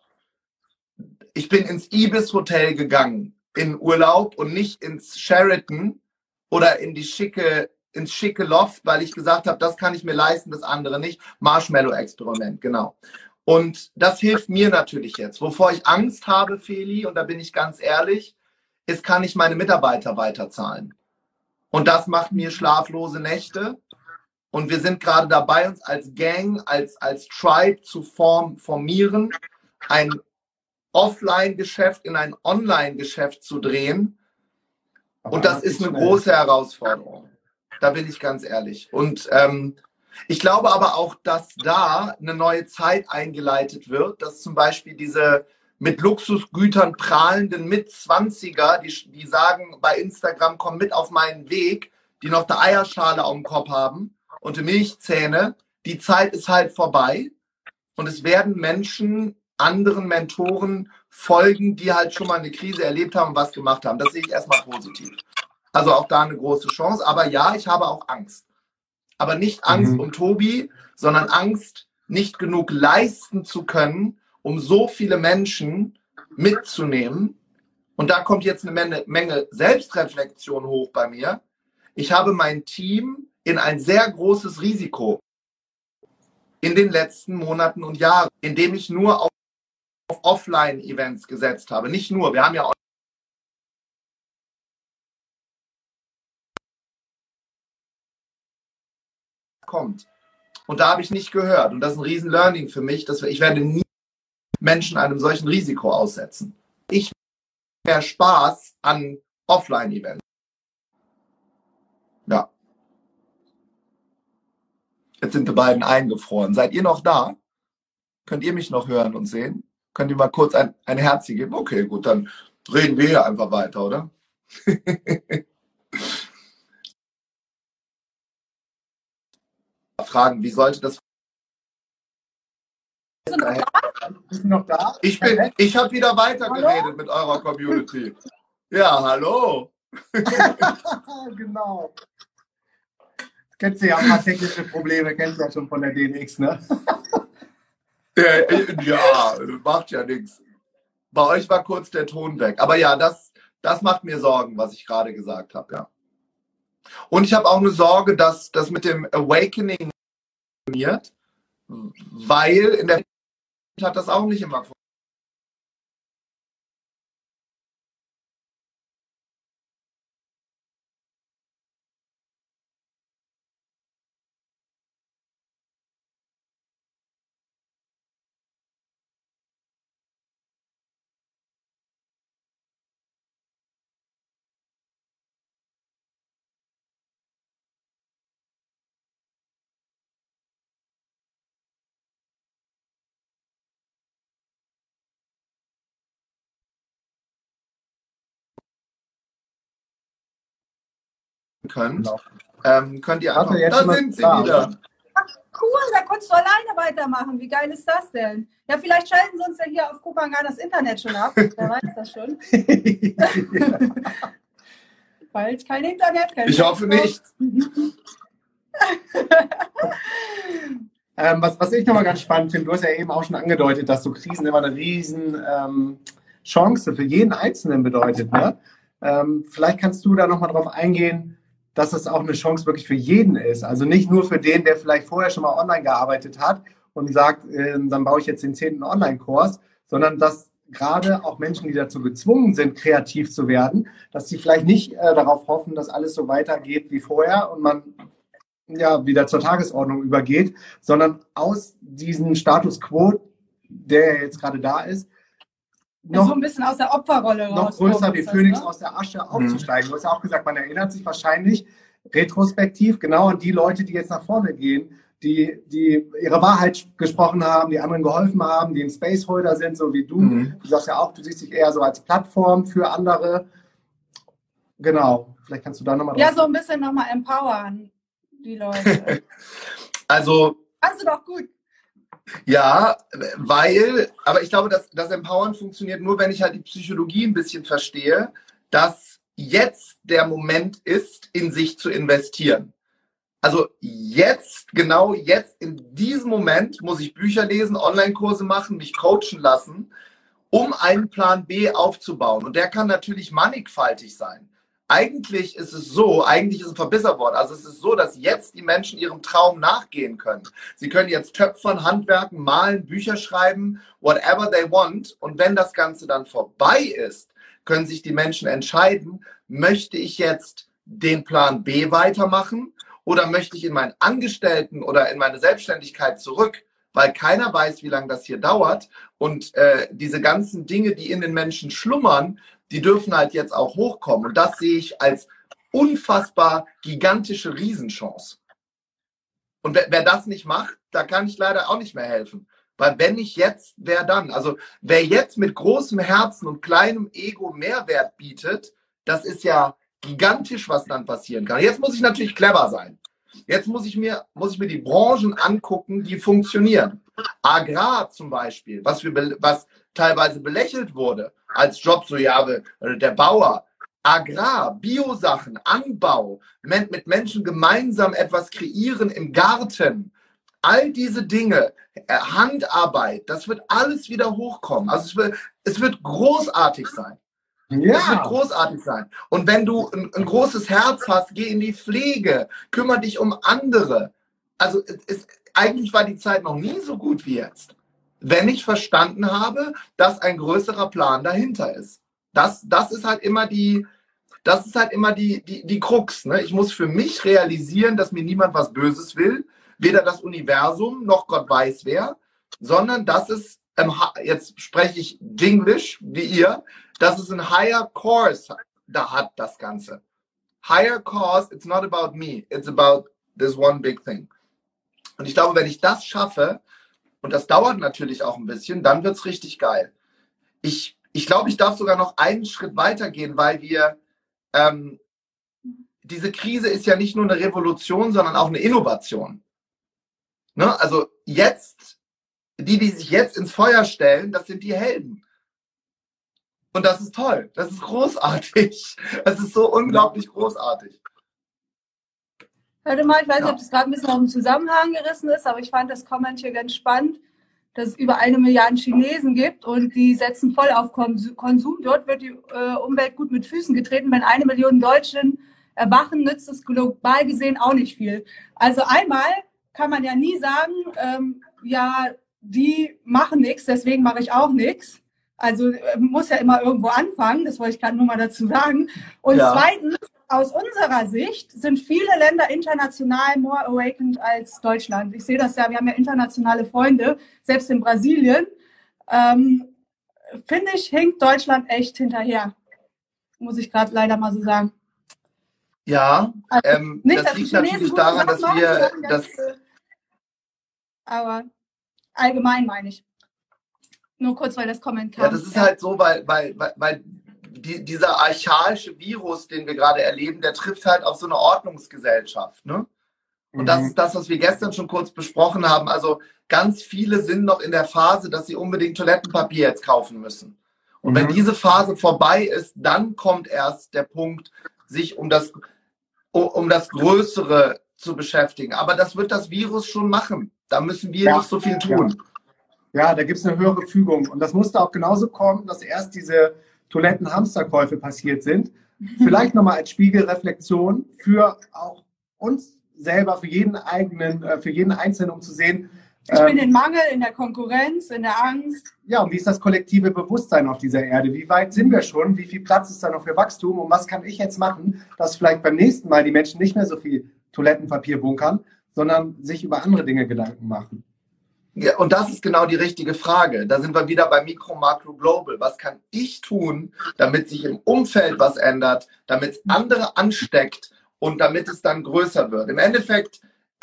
Ich bin ins Ibis Hotel gegangen in Urlaub und nicht ins Sheraton oder ins schicke Loft, weil ich gesagt habe, das kann ich mir leisten, das andere nicht. Marshmallow-Experiment, genau. Und das hilft mir natürlich jetzt. Wovor ich Angst habe, Feli, und da bin ich ganz ehrlich, ist, kann ich meine Mitarbeiter weiterzahlen. Und das macht mir schlaflose Nächte. Und wir sind gerade dabei, uns als Gang, als Tribe zu formieren, ein Offline-Geschäft in ein Online-Geschäft zu drehen. Und das ist eine große Herausforderung. Da bin ich ganz ehrlich. Und ich glaube aber auch, dass da eine neue Zeit eingeleitet wird, dass zum Beispiel diese mit Luxusgütern prahlenden Mitzwanziger, die sagen bei Instagram, komm mit auf meinen Weg, die noch eine Eierschale auf dem Kopf haben und die Milchzähne, die Zeit ist halt vorbei. Und es werden Menschen anderen Mentoren folgen, die halt schon mal eine Krise erlebt haben und was gemacht haben. Das sehe ich erstmal positiv. Also auch da eine große Chance. Aber ja, ich habe auch Angst. Aber nicht Angst um Tobi, sondern Angst, nicht genug leisten zu können, um so viele Menschen mitzunehmen. Und da kommt jetzt eine Menge Selbstreflexion hoch bei mir. Ich habe mein Team in ein sehr großes Risiko in den letzten Monaten und Jahren, indem ich nur auf Offline-Events gesetzt habe. Nicht nur, wir haben ja auch kommt. Und da habe ich nicht gehört. Und das ist ein riesen Learning für mich, dass ich werde nie Menschen einem solchen Risiko aussetzen. Ich habe mehr Spaß an Offline-Events. Ja. Jetzt sind die beiden eingefroren. Seid ihr noch da? Könnt ihr mich noch hören und sehen? Könnt ihr mal kurz ein Herz geben? Okay, gut, dann reden wir hier einfach weiter, oder? Fragen, wie sollte das? Bist du noch da? Ich habe wieder weitergeredet mit eurer Community. Ja, hallo. Genau. Kennst du ja ein paar technische Probleme, kennst du ja schon von der DNX, ne? Ja, macht ja nichts. Bei euch war kurz der Ton weg. Aber ja, das macht mir Sorgen, was ich gerade gesagt habe, ja. Und ich habe auch eine Sorge, dass das mit dem Awakening funktioniert, weil in der hat das auch nicht immer können. Könnt ihr einfach. Da sind sie wieder. cool, da konntest du alleine weitermachen. Wie geil ist das denn? Ja, vielleicht schalten sie uns ja hier auf Kopangan das Internet schon ab. Wer weiß das schon. Weil es kein Internet gibt. Ich hoffe nicht. Was ich nochmal ganz spannend finde, du hast ja eben auch schon angedeutet, dass so Krisen immer eine riesen Chance für jeden Einzelnen bedeutet. Ne? Vielleicht kannst du da nochmal drauf eingehen, dass es auch eine Chance wirklich für jeden ist. Also nicht nur für den, der vielleicht vorher schon mal online gearbeitet hat und sagt, dann baue ich jetzt den 10. Online-Kurs, sondern dass gerade auch Menschen, die dazu gezwungen sind, kreativ zu werden, dass die vielleicht nicht darauf hoffen, dass alles so weitergeht wie vorher und man ja wieder zur Tagesordnung übergeht, sondern aus diesem Status quo, der jetzt gerade da ist, noch so ein bisschen aus der Opferrolle noch größer wie Phönix aus der Asche aufzusteigen. Du hast ja auch gesagt, man erinnert sich wahrscheinlich retrospektiv genau an die Leute, die jetzt nach vorne gehen, die ihre Wahrheit gesprochen haben, die anderen geholfen haben, die ein Spaceholder sind, so wie du. Du sagst ja auch, du siehst dich eher so als Plattform für andere. Genau, vielleicht kannst du da nochmal drauf. Ja, so ein bisschen nochmal empowern, die Leute. Also. Hast du doch gut. Ja, aber ich glaube, das Empowern funktioniert nur, wenn ich halt die Psychologie ein bisschen verstehe, dass jetzt der Moment ist, in sich zu investieren. Also jetzt, genau jetzt, in diesem Moment muss ich Bücher lesen, Online-Kurse machen, mich coachen lassen, um einen Plan B aufzubauen. Und der kann natürlich mannigfaltig sein. Eigentlich ist es ein Verbisserwort. Also es ist so, dass jetzt die Menschen ihrem Traum nachgehen können. Sie können jetzt töpfern, handwerken, malen, Bücher schreiben, whatever they want. Und wenn das Ganze dann vorbei ist, können sich die Menschen entscheiden, möchte ich jetzt den Plan B weitermachen oder möchte ich in meinen Angestellten oder in meine Selbstständigkeit zurück? Weil keiner weiß, wie lange das hier dauert. Und diese ganzen Dinge, die in den Menschen schlummern, die dürfen halt jetzt auch hochkommen. Und das sehe ich als unfassbar gigantische Riesenchance. Und wer das nicht macht, da kann ich leider auch nicht mehr helfen. Weil wenn nicht jetzt, wer dann? Also wer jetzt mit großem Herzen und kleinem Ego Mehrwert bietet, das ist ja gigantisch, was dann passieren kann. Jetzt muss ich natürlich clever sein. Jetzt muss ich mir die Branchen angucken, die funktionieren. Agrar zum Beispiel, was teilweise belächelt wurde als Job, so ja, der Bauer. Agrar, Biosachen, Anbau, mit Menschen gemeinsam etwas kreieren im Garten. All diese Dinge, Handarbeit, das wird alles wieder hochkommen. Also es wird großartig sein. Ja. Es wird großartig sein. Und wenn du ein großes Herz hast, geh in die Pflege, kümmere dich um andere. Also eigentlich war die Zeit noch nie so gut wie jetzt, wenn ich verstanden habe, dass ein größerer Plan dahinter ist. Das ist halt immer die Krux. Ne? Ich muss für mich realisieren, dass mir niemand was Böses will, weder das Universum noch Gott weiß wer, sondern dass es, jetzt spreche ich Jinglish wie ihr, dass es ein higher course da hat, das Ganze. Higher cause, it's not about me, it's about this one big thing. Und ich glaube, wenn ich das schaffe, und das dauert natürlich auch ein bisschen, dann wird es richtig geil. Ich glaube, ich darf sogar noch einen Schritt weiter gehen, weil diese Krise ist ja nicht nur eine Revolution, sondern auch eine Innovation. Ne? Also jetzt, die sich jetzt ins Feuer stellen, das sind die Helden. Und das ist toll. Das ist großartig. Das ist so unglaublich großartig. Hörte mal, ich weiß nicht, ob das gerade ein bisschen auf den Zusammenhang gerissen ist, aber ich fand das Comment hier ganz spannend, dass es über 1 Milliarde Chinesen gibt und die setzen voll auf Konsum. Dort wird die Umwelt gut mit Füßen getreten. Wenn 1 Million Deutschen erwachen, nützt es global gesehen auch nicht viel. Also einmal kann man ja nie sagen, ja, die machen nichts, deswegen mache ich auch nichts. Also muss ja immer irgendwo anfangen, das wollte ich gerade nur mal dazu sagen. Und ja. Zweitens, aus unserer Sicht sind viele Länder international more awakened als Deutschland. Ich sehe das ja, wir haben ja internationale Freunde, selbst in Brasilien. Finde ich, hinkt Deutschland echt hinterher. Muss ich gerade leider mal so sagen. Ja, also, nicht, das liegt natürlich daran, dass wir das... Aber allgemein meine ich. Nur kurz, weil das Kommentar. Ja, das ist halt so, weil dieser archaische Virus, den wir gerade erleben, der trifft halt auf so eine Ordnungsgesellschaft. Ne? Und das ist das, was wir gestern schon kurz besprochen haben. Also ganz viele sind noch in der Phase, dass sie unbedingt Toilettenpapier jetzt kaufen müssen. Und wenn diese Phase vorbei ist, dann kommt erst der Punkt, sich um das Größere zu beschäftigen. Aber das wird das Virus schon machen. Da müssen wir nicht so viel tun. Ja, da gibt es eine höhere Fügung. Und das musste auch genauso kommen, dass erst diese Toiletten-Hamsterkäufe passiert sind. Vielleicht nochmal als Spiegelreflexion für auch uns selber, für jeden Einzelnen, um zu sehen. Ich bin in Mangel, in der Konkurrenz, in der Angst. Ja, und wie ist das kollektive Bewusstsein auf dieser Erde? Wie weit sind wir schon? Wie viel Platz ist da noch für Wachstum? Und was kann ich jetzt machen, dass vielleicht beim nächsten Mal die Menschen nicht mehr so viel Toilettenpapier bunkern, sondern sich über andere Dinge Gedanken machen? Ja, und das ist genau die richtige Frage. Da sind wir wieder bei Mikro, Makro, Global. Was kann ich tun, damit sich im Umfeld was ändert, damit es andere ansteckt und damit es dann größer wird? Im Endeffekt,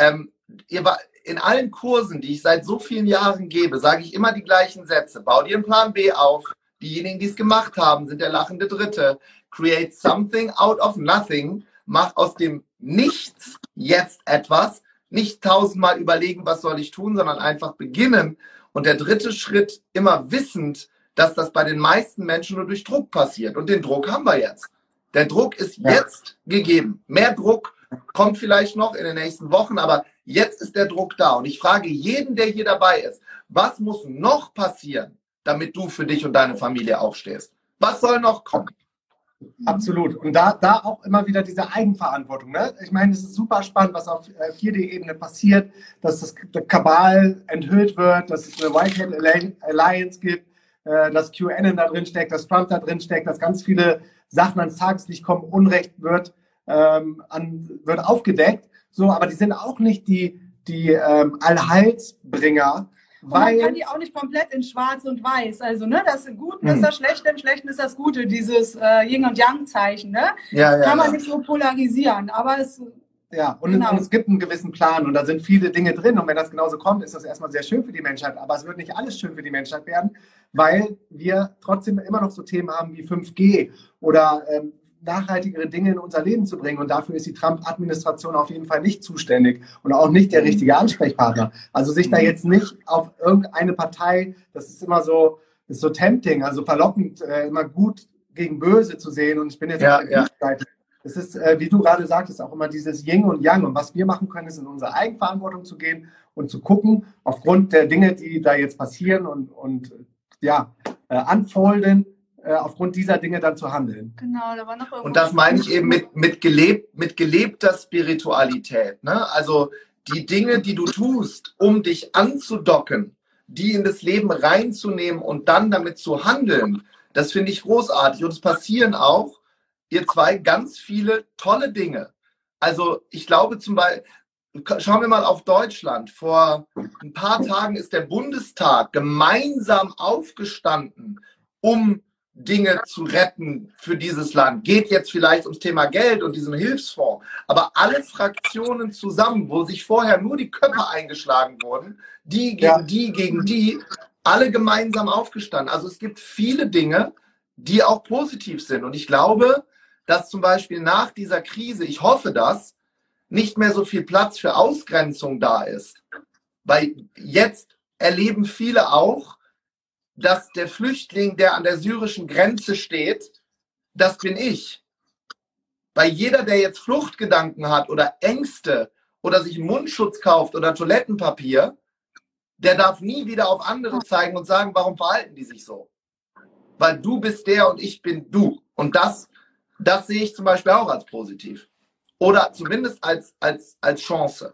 in allen Kursen, die ich seit so vielen Jahren gebe, sage ich immer die gleichen Sätze. Bau dir einen Plan B auf. Diejenigen, die es gemacht haben, sind der lachende Dritte. Create something out of nothing. Mach aus dem Nichts jetzt etwas. Nicht tausendmal überlegen, was soll ich tun, sondern einfach beginnen. Und der dritte Schritt, immer wissend, dass das bei den meisten Menschen nur durch Druck passiert. Und den Druck haben wir jetzt. Der Druck ist jetzt gegeben. Mehr Druck kommt vielleicht noch in den nächsten Wochen, aber jetzt ist der Druck da. Und ich frage jeden, der hier dabei ist, was muss noch passieren, damit du für dich und deine Familie aufstehst? Was soll noch kommen? Absolut. Und da auch immer wieder diese Eigenverantwortung. Ne? Ich meine, es ist super spannend, was auf 4D-Ebene passiert, dass das Kabal enthüllt wird, dass es eine Whitehead Alliance gibt, dass QAnon da drin steckt, dass Trump da drin steckt, dass ganz viele Sachen ans Tageslicht kommen, Unrecht wird aufgedeckt. So, aber die sind auch nicht die Allheilsbringer. Man kann die auch nicht komplett in Schwarz und Weiß. Also, ne, das Gute ist das Schlechte, im Schlechten ist das Gute, dieses Yin- und Yang-Zeichen. Ne? Kann man nicht so polarisieren, aber es. Ja, und es gibt einen gewissen Plan und da sind viele Dinge drin. Und wenn das genauso kommt, ist das erstmal sehr schön für die Menschheit. Aber es wird nicht alles schön für die Menschheit werden, weil wir trotzdem immer noch so Themen haben wie 5G oder nachhaltigere Dinge in unser Leben zu bringen. Und dafür ist die Trump-Administration auf jeden Fall nicht zuständig und auch nicht der richtige Ansprechpartner. Also sich da jetzt nicht auf irgendeine Partei, das ist immer so, ist so tempting, also verlockend, immer gut gegen böse zu sehen. Und ich bin jetzt auf der Seite. Es ist, wie du gerade sagtest, auch immer dieses Yin und Yang. Und was wir machen können, ist in unsere Eigenverantwortung zu gehen und zu gucken, aufgrund der Dinge, die da jetzt passieren und unfolden, aufgrund dieser Dinge dann zu handeln. Genau, da war noch irgendwas. Und das meine ich eben mit gelebter Spiritualität. Ne? Also die Dinge, die du tust, um dich anzudocken, die in das Leben reinzunehmen und dann damit zu handeln, das finde ich großartig. Und es passieren auch, ihr zwei, ganz viele tolle Dinge. Also ich glaube zum Beispiel, schauen wir mal auf Deutschland. Vor ein paar Tagen ist der Bundestag gemeinsam aufgestanden, um Dinge zu retten für dieses Land. Geht jetzt vielleicht ums Thema Geld und diesem Hilfsfonds. Aber alle Fraktionen zusammen, wo sich vorher nur die Köpfe eingeschlagen wurden, die gegen die, alle gemeinsam aufgestanden. Also es gibt viele Dinge, die auch positiv sind. Und ich glaube, dass zum Beispiel nach dieser Krise, ich hoffe das, nicht mehr so viel Platz für Ausgrenzung da ist. Weil jetzt erleben viele auch, dass der Flüchtling, der an der syrischen Grenze steht, das bin ich. Weil jeder, der jetzt Fluchtgedanken hat oder Ängste oder sich einen Mundschutz kauft oder Toilettenpapier, der darf nie wieder auf andere zeigen und sagen, warum verhalten die sich so? Weil du bist der und ich bin du. Und das sehe ich zum Beispiel auch als positiv. Oder zumindest als Chance.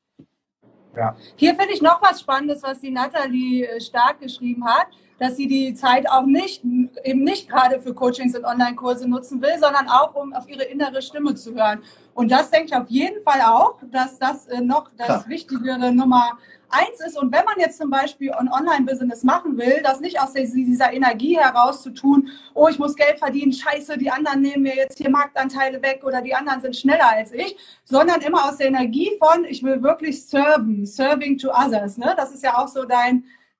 Ja. Hier finde ich noch was Spannendes, was die Nathalie Stark geschrieben hat, dass sie die Zeit auch eben nicht gerade für Coachings und Online-Kurse nutzen will, sondern auch, um auf ihre innere Stimme zu hören. Und das denke ich auf jeden Fall auch, dass das noch das wichtigere Nummer 1 ist. Und wenn man jetzt zum Beispiel ein Online-Business machen will, das nicht aus dieser Energie heraus zu tun, oh, ich muss Geld verdienen, scheiße, die anderen nehmen mir jetzt hier Marktanteile weg oder die anderen sind schneller als ich, sondern immer aus der Energie von, ich will wirklich serving to others. Ne? Das ist ja auch so dein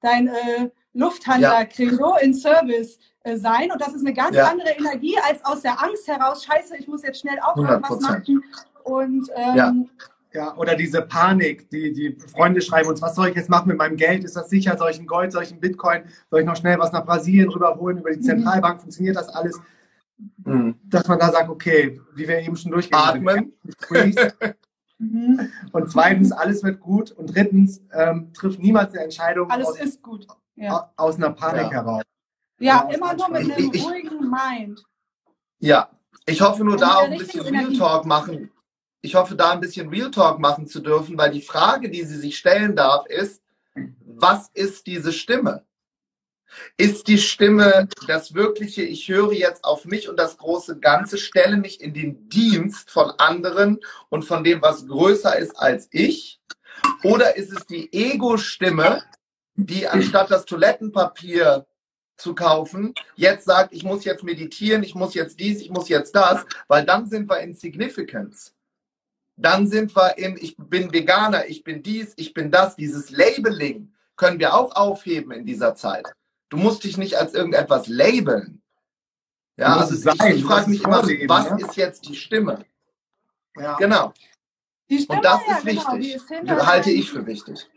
Lufthansa-Credo in Service sein. Und das ist eine ganz andere Energie als aus der Angst heraus, scheiße, ich muss jetzt schnell auch irgendwas machen. Und Ja, oder diese Panik, die Freunde schreiben uns, was soll ich jetzt machen mit meinem Geld? Ist das sicher? Soll ich ein Gold, soll ich ein Bitcoin? Soll ich noch schnell was nach Brasilien rüberholen über die Zentralbank? Funktioniert das alles? Dass man da sagt, okay, wie wir eben schon durchgegangen Atmen. sind. Und zweitens, alles wird gut. Und drittens, trifft niemals eine Entscheidung Alles ist gut. Ja, aus einer Panik heraus. Ja, immer nur mit einem ruhigen Mind. Ja, ich hoffe nur Und da mit auch der ein bisschen richtigen Real Energie. Talk machen. Ich hoffe, da ein bisschen Real Talk machen zu dürfen, weil die Frage, die sie sich stellen darf, ist, was ist diese Stimme? Ist die Stimme das wirkliche, ich höre jetzt auf mich und das große Ganze, stelle mich in den Dienst von anderen und von dem, was größer ist als ich? Oder ist es die Ego-Stimme, die anstatt das Toilettenpapier zu kaufen, jetzt sagt, ich muss jetzt meditieren, ich muss jetzt dies, ich muss jetzt das, weil dann sind wir in Significance. Dann sind wir in, ich bin Veganer, ich bin dies, ich bin das. Dieses Labeling können wir auch aufheben in dieser Zeit. Du musst dich nicht als irgendetwas labeln. Ja, also ich frage mich immer, was ist jetzt die Stimme? Ja. Genau. Die Stimme, Und das ja, ist genau, die wichtig. ist hinter Halte deinem- ich für wichtig.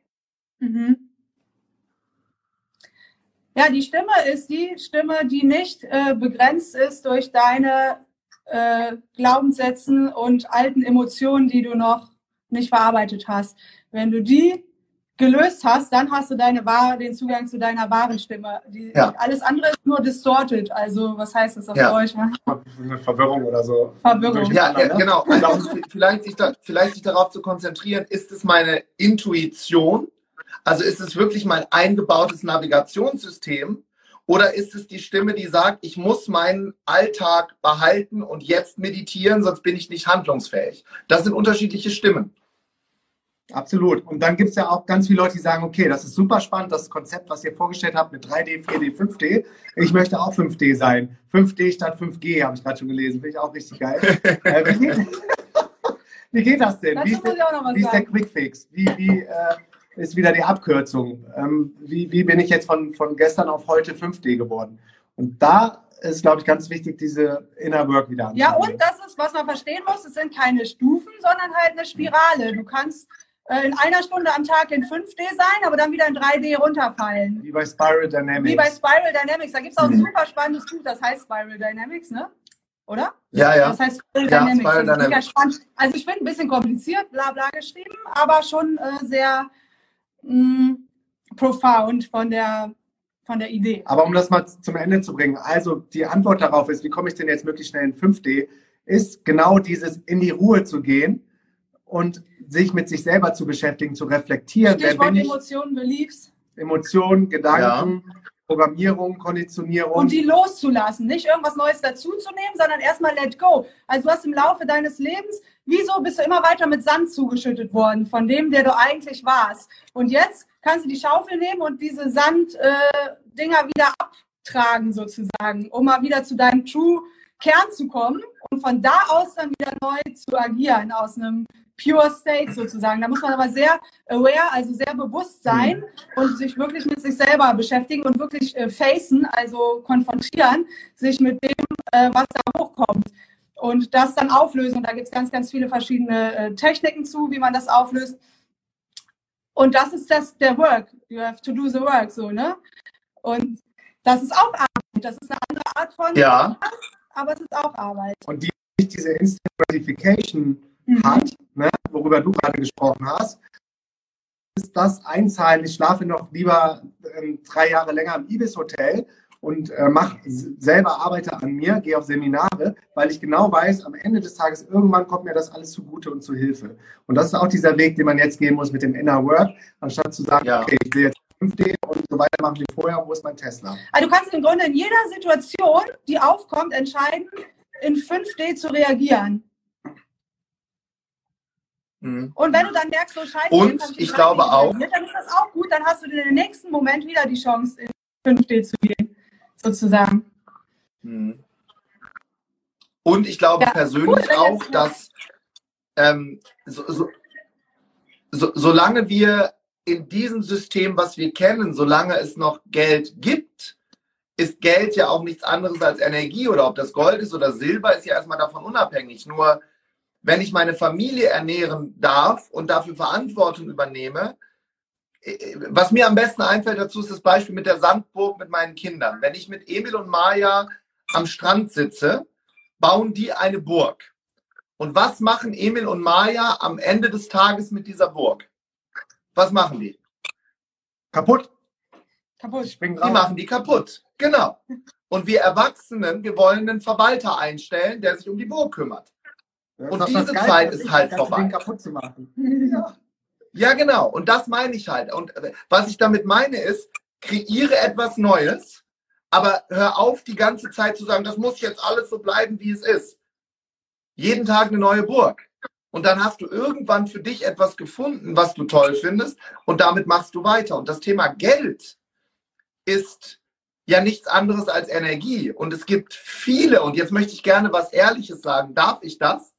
Ja, die Stimme ist die Stimme, die nicht begrenzt ist durch deine Glaubenssätzen und alten Emotionen, die du noch nicht verarbeitet hast. Wenn du die gelöst hast, dann hast du den Zugang zu deiner wahren Stimme. Alles andere ist nur distorted. Also, was heißt das auf Deutsch? Ne? Eine Verwirrung oder so. Verwirrung. Ja, genau. Also, vielleicht sich darauf zu konzentrieren, ist es meine Intuition? Also ist es wirklich mein eingebautes Navigationssystem? Oder ist es die Stimme, die sagt, ich muss meinen Alltag behalten und jetzt meditieren, sonst bin ich nicht handlungsfähig? Das sind unterschiedliche Stimmen. Absolut. Und dann gibt es ja auch ganz viele Leute, die sagen, okay, das ist super spannend, das Konzept, was ihr vorgestellt habt mit 3D, 4D, 5D. Ich möchte auch 5D sein. 5D statt 5G, habe ich gerade schon gelesen. Finde ich auch richtig geil. Wie geht das denn? Wie ist der Quickfix? Wie ist wieder die Abkürzung? Wie bin ich jetzt von gestern auf heute 5D geworden? Und da ist, glaube ich, ganz wichtig, diese Inner Work wieder anzugehen. Ja, und das ist, was man verstehen muss, es sind keine Stufen, sondern halt eine Spirale. Du kannst in einer Stunde am Tag in 5D sein, aber dann wieder in 3D runterfallen. Wie bei Spiral Dynamics. Wie bei Spiral Dynamics. Da gibt es auch ein super spannendes Buch, das heißt Spiral Dynamics, ne? Oder? Ja, ja. Das heißt Spiral Dynamics. Spiral Dynamics. Das ist spannend. Also ich finde ein bisschen kompliziert, bla bla geschrieben, aber schon sehr profound von der Idee. Aber um das mal zum Ende zu bringen, also die Antwort darauf ist, wie komme ich denn jetzt möglichst schnell in 5D, ist genau dieses in die Ruhe zu gehen und sich mit sich selber zu beschäftigen, zu reflektieren. Stichwort Emotionen, Beliefs. Emotionen, Gedanken, Programmierung, Konditionierung. Und die loszulassen, nicht irgendwas Neues dazuzunehmen, sondern erstmal let go. Also du hast im Laufe deines Lebens, wieso bist du immer weiter mit Sand zugeschüttet worden, von dem, der du eigentlich warst. Und jetzt kannst du die Schaufel nehmen und diese Sanddinger wieder abtragen sozusagen, um mal wieder zu deinem True Kern zu kommen und von da aus dann wieder neu zu agieren, aus einem Pure State sozusagen. Da muss man aber sehr aware, also sehr bewusst sein und sich wirklich mit sich selber beschäftigen und wirklich facen, also konfrontieren, sich mit dem, was da hochkommt. Und das dann auflösen. Und da gibt es ganz, ganz viele verschiedene Techniken zu, wie man das auflöst. Und das ist der Work. You have to do the work, so, ne? Und das ist auch Arbeit. Das ist eine andere Art von Arbeit, aber es ist auch Arbeit. Und die nicht diese Instant Gratification hat, ne, worüber du gerade gesprochen hast, ist das Einzahlen. Ich schlafe noch lieber 3 Jahre länger im Ibis-Hotel und arbeite an mir, gehe auf Seminare, weil ich genau weiß, am Ende des Tages, irgendwann kommt mir das alles zugute und zu Hilfe. Und das ist auch dieser Weg, den man jetzt gehen muss mit dem Inner Work, anstatt zu sagen, okay, ich will jetzt 5D und so weiter machen wie vorher, wo ist mein Tesla? Also du kannst im Grunde in jeder Situation, die aufkommt, entscheiden, in 5D zu reagieren. Und wenn du dann merkst, so scheiße, und ich glaube auch, dann ist das auch gut, dann hast du in den nächsten Moment wieder die Chance, in 5D zu gehen, sozusagen. Und ich glaube persönlich auch, dass solange wir in diesem System, was wir kennen, solange es noch Geld gibt, ist Geld ja auch nichts anderes als Energie, oder ob das Gold ist oder Silber, ist ja erstmal davon unabhängig. Nur wenn ich meine Familie ernähren darf und dafür Verantwortung übernehme, was mir am besten einfällt dazu, ist das Beispiel mit der Sandburg mit meinen Kindern. Wenn ich mit Emil und Maja am Strand sitze, bauen die eine Burg. Und was machen Emil und Maja am Ende des Tages mit dieser Burg? Was machen die? Kaputt. Kaputt. Die machen die kaputt. Genau. Und wir Erwachsenen, wir wollen einen Verwalter einstellen, der sich um die Burg kümmert. Und diese Zeit ist halt vorbei. Den kaputt zu machen. Ja, genau. Und das meine ich halt. Und was ich damit meine ist, kreiere etwas Neues, aber hör auf, die ganze Zeit zu sagen, das muss jetzt alles so bleiben, wie es ist. Jeden Tag eine neue Burg. Und dann hast du irgendwann für dich etwas gefunden, was du toll findest, und damit machst du weiter. Und das Thema Geld ist ja nichts anderes als Energie. Und es gibt viele, und jetzt möchte ich gerne was Ehrliches sagen. Darf ich das?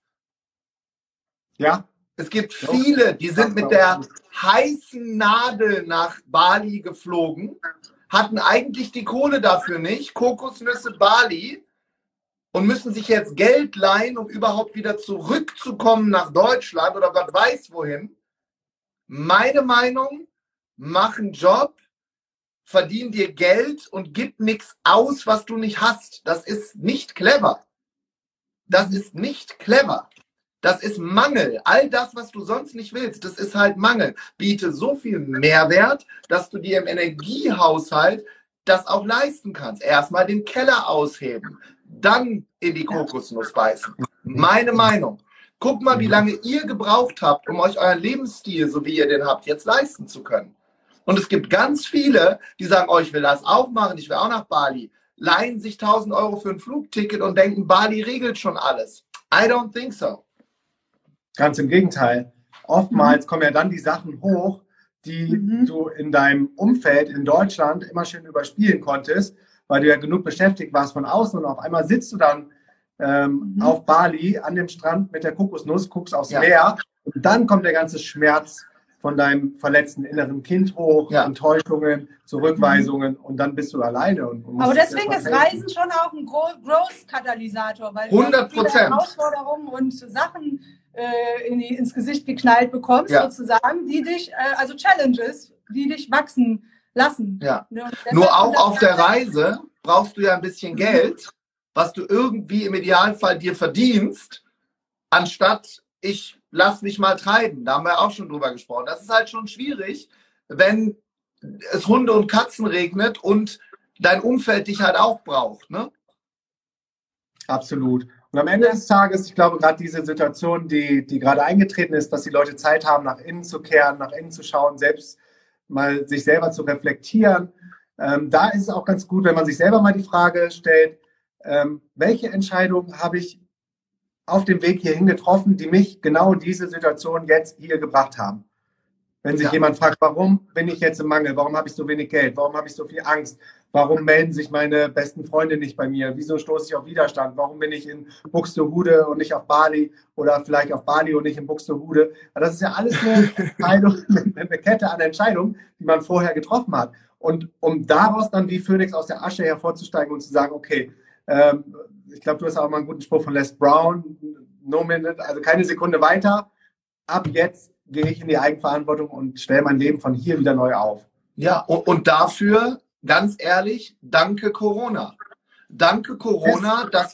Ja. Es gibt viele, die sind mit der heißen Nadel nach Bali geflogen, hatten eigentlich die Kohle dafür nicht, Kokosnüsse Bali, und müssen sich jetzt Geld leihen, um überhaupt wieder zurückzukommen nach Deutschland oder Gott weiß wohin. Meine Meinung, mach einen Job, verdien dir Geld und gib nichts aus, was du nicht hast. Das ist nicht clever. Das ist nicht clever. Das ist Mangel. All das, was du sonst nicht willst, das ist halt Mangel. Biete so viel Mehrwert, dass du dir im Energiehaushalt das auch leisten kannst. Erstmal den Keller ausheben, dann in die Kokosnuss beißen. Meine Meinung. Guck mal, wie lange ihr gebraucht habt, um euch euren Lebensstil, so wie ihr den habt, jetzt leisten zu können. Und es gibt ganz viele, die sagen, oh, ich will das auch machen, ich will auch nach Bali, leihen sich 1.000 Euro für ein Flugticket und denken, Bali regelt schon alles. I don't think so. Ganz im Gegenteil. Oftmals kommen ja dann die Sachen hoch, die du in deinem Umfeld in Deutschland immer schön überspielen konntest, weil du ja genug beschäftigt warst von außen, und auf einmal sitzt du dann auf Bali an dem Strand mit der Kokosnuss, guckst aufs Meer, und dann kommt der ganze Schmerz von deinem verletzten inneren Kind hoch, Enttäuschungen, Zurückweisungen, und dann bist du alleine. Aber deswegen ist Reisen schon auch ein Growth-Katalysator, weil 100%. du viele Herausforderungen und Sachen ins Gesicht geknallt bekommst, sozusagen, die dich, also Challenges, die dich wachsen lassen. Ja. Nur auch auf der Reise brauchst du ja ein bisschen Geld, was du irgendwie im Idealfall dir verdienst, anstatt ich lass mich mal treiben. Da haben wir auch schon drüber gesprochen. Das ist halt schon schwierig, wenn es Hunde und Katzen regnet und dein Umfeld dich halt auch braucht, ne? Absolut. Und am Ende des Tages, ich glaube, gerade diese Situation, die gerade eingetreten ist, dass die Leute Zeit haben, nach innen zu kehren, nach innen zu schauen, selbst mal sich selber zu reflektieren. Da ist es auch ganz gut, wenn man sich selber mal die Frage stellt, welche Entscheidung habe ich auf dem Weg hierhin getroffen, die mich genau diese Situation jetzt hier gebracht haben. Wenn sich jemand fragt, warum bin ich jetzt im Mangel, warum habe ich so wenig Geld, warum habe ich so viel Angst, warum melden sich meine besten Freunde nicht bei mir, wieso stoße ich auf Widerstand, warum bin ich in Buxtehude und nicht auf Bali oder vielleicht auf Bali und nicht in Buxtehude. Das ist ja alles eine Kette an Entscheidungen, die man vorher getroffen hat. Und um daraus dann wie Phönix aus der Asche hervorzusteigen und zu sagen, okay, ich glaube, du hast auch mal einen guten Spruch von Les Brown, no minute, also keine Sekunde weiter, ab jetzt gehe ich in die Eigenverantwortung und stelle mein Leben von hier wieder neu auf. Ja, und dafür, ganz ehrlich, danke Corona. Danke Corona, dass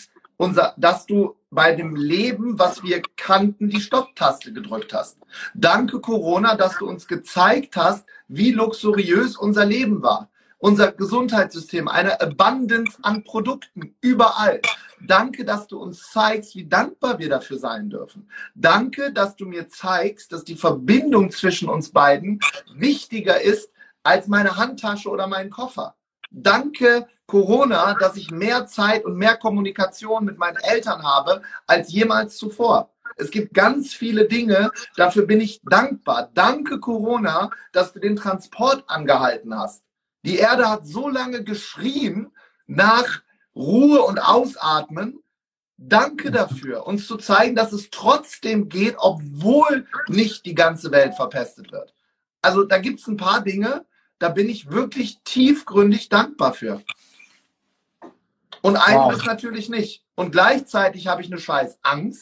du bei dem Leben, was wir kannten, die Stopptaste gedrückt hast. Danke Corona, dass du uns gezeigt hast, wie luxuriös unser Leben war. Unser Gesundheitssystem, eine Abundance an Produkten, überall. Danke, dass du uns zeigst, wie dankbar wir dafür sein dürfen. Danke, dass du mir zeigst, dass die Verbindung zwischen uns beiden wichtiger ist als meine Handtasche oder mein Koffer. Danke, Corona, dass ich mehr Zeit und mehr Kommunikation mit meinen Eltern habe als jemals zuvor. Es gibt ganz viele Dinge, dafür bin ich dankbar. Danke, Corona, dass du den Transport angehalten hast. Die Erde hat so lange geschrien nach Ruhe und Ausatmen. Danke dafür, uns zu zeigen, dass es trotzdem geht, obwohl nicht die ganze Welt verpestet wird. Also da gibt es ein paar Dinge, da bin ich wirklich tiefgründig dankbar für. Und eines natürlich nicht. Und gleichzeitig habe ich eine scheiß Angst,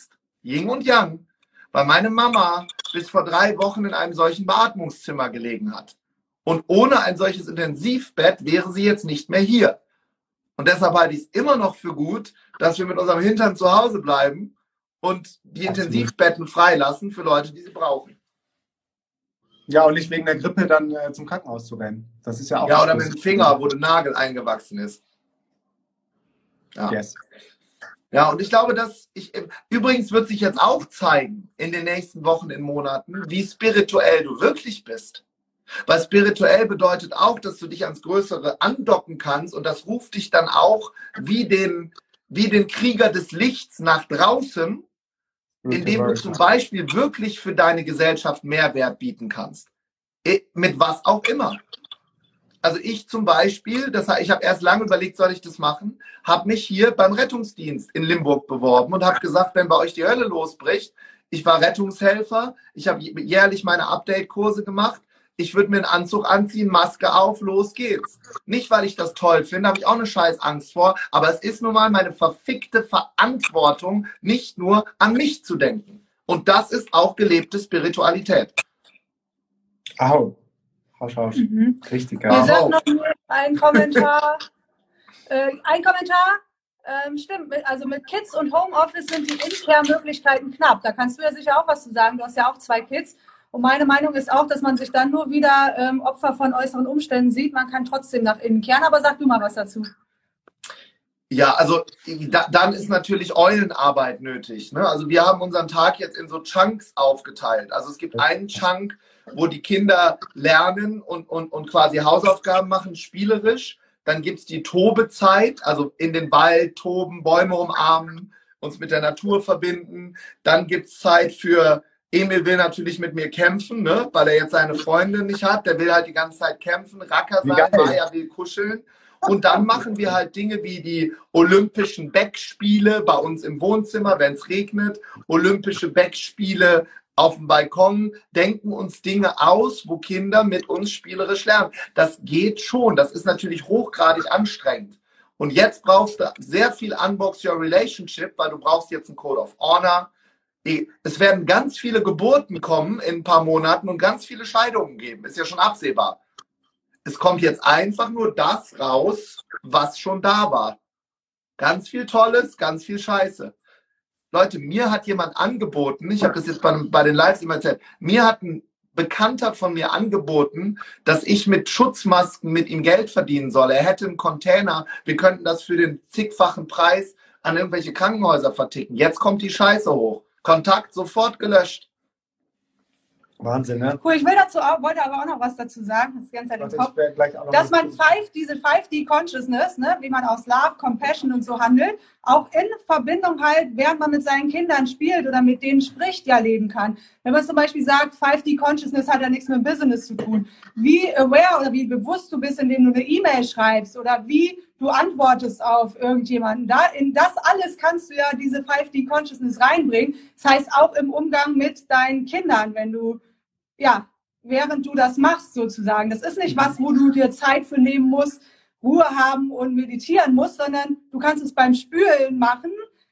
Yin und Yang, weil meine Mama bis vor 3 Wochen in einem solchen Beatmungszimmer gelegen hat. Und ohne ein solches Intensivbett wäre sie jetzt nicht mehr hier. Und deshalb halte ich es immer noch für gut, dass wir mit unserem Hintern zu Hause bleiben und die Intensivbetten freilassen für Leute, die sie brauchen. Ja, und nicht wegen der Grippe dann zum Krankenhaus zu rennen. Das ist ja auch. Ja, oder mit dem Finger, wo der Nagel eingewachsen ist. Ja. Yes. Ja, und ich glaube, übrigens wird sich jetzt auch zeigen in den nächsten Wochen, in Monaten, wie spirituell du wirklich bist. Weil spirituell bedeutet auch, dass du dich ans Größere andocken kannst und das ruft dich dann auch wie den Krieger des Lichts nach draußen, indem du zum Beispiel wirklich für deine Gesellschaft Mehrwert bieten kannst. Mit was auch immer. Also ich zum Beispiel, ich habe erst lange überlegt, soll ich das machen, habe mich hier beim Rettungsdienst in Limburg beworben und habe gesagt, wenn bei euch die Hölle losbricht, ich war Rettungshelfer, ich habe jährlich meine Update-Kurse gemacht, ich würde mir einen Anzug anziehen, Maske auf, los geht's. Nicht, weil ich das toll finde, habe ich auch eine scheiß Angst vor, aber es ist nun mal meine verfickte Verantwortung, nicht nur an mich zu denken. Und das ist auch gelebte Spiritualität. Au. Richtig geil. Wir sind noch ein Kommentar. Stimmt, also mit Kids und Homeoffice sind die Internmöglichkeiten knapp. Da kannst du ja sicher auch was zu sagen. Du hast ja auch 2 Kids. Und meine Meinung ist auch, dass man sich dann nur wieder Opfer von äußeren Umständen sieht. Man kann trotzdem nach innen kehren. Aber sag du mal was dazu. Ja, also dann ist natürlich Eulenarbeit nötig. Ne? Also wir haben unseren Tag jetzt in so Chunks aufgeteilt. Also es gibt einen Chunk, wo die Kinder lernen und quasi Hausaufgaben machen, spielerisch. Dann gibt es die Tobezeit, also in den Wald toben, Bäume umarmen, uns mit der Natur verbinden. Dann gibt es Zeit für, Emil will natürlich mit mir kämpfen, ne? Weil er jetzt seine Freundin nicht hat. Der will halt die ganze Zeit kämpfen, Racker sein, Maya will kuscheln. Und dann machen wir halt Dinge wie die Olympischen Backspiele bei uns im Wohnzimmer, wenn es regnet, Olympische Backspiele auf dem Balkon, denken uns Dinge aus, wo Kinder mit uns spielerisch lernen. Das geht schon. Das ist natürlich hochgradig anstrengend. Und jetzt brauchst du sehr viel Unbox Your Relationship, weil du brauchst jetzt einen Code of Honor. Es werden ganz viele Geburten kommen in ein paar Monaten und ganz viele Scheidungen geben. Ist ja schon absehbar. Es kommt jetzt einfach nur das raus, was schon da war. Ganz viel Tolles, ganz viel Scheiße. Leute, mir hat jemand angeboten, ich habe das jetzt bei den Lives immer erzählt, mir hat ein Bekannter von mir angeboten, dass ich mit Schutzmasken mit ihm Geld verdienen soll. Er hätte einen Container, wir könnten das für den zigfachen Preis an irgendwelche Krankenhäuser verticken. Jetzt kommt die Scheiße hoch. Kontakt sofort gelöscht. Wahnsinn, ne? Cool, ich wollte aber auch noch was dazu sagen, das ist die ganze Zeit im Kopf, dass man diese 5D Consciousness, ne, wie man aus Love, Compassion und so handelt, auch in Verbindung halt, während man mit seinen Kindern spielt oder mit denen spricht, ja leben kann. Wenn man zum Beispiel sagt, 5D Consciousness hat ja nichts mit Business zu tun, wie aware oder wie bewusst du bist, indem du eine E-Mail schreibst oder wie du antwortest auf irgendjemanden. In das alles kannst du ja diese 5D Consciousness reinbringen. Das heißt auch im Umgang mit deinen Kindern, wenn du während du das machst sozusagen. Das ist nicht was, wo du dir Zeit für nehmen musst, Ruhe haben und meditieren musst, sondern du kannst es beim Spülen machen.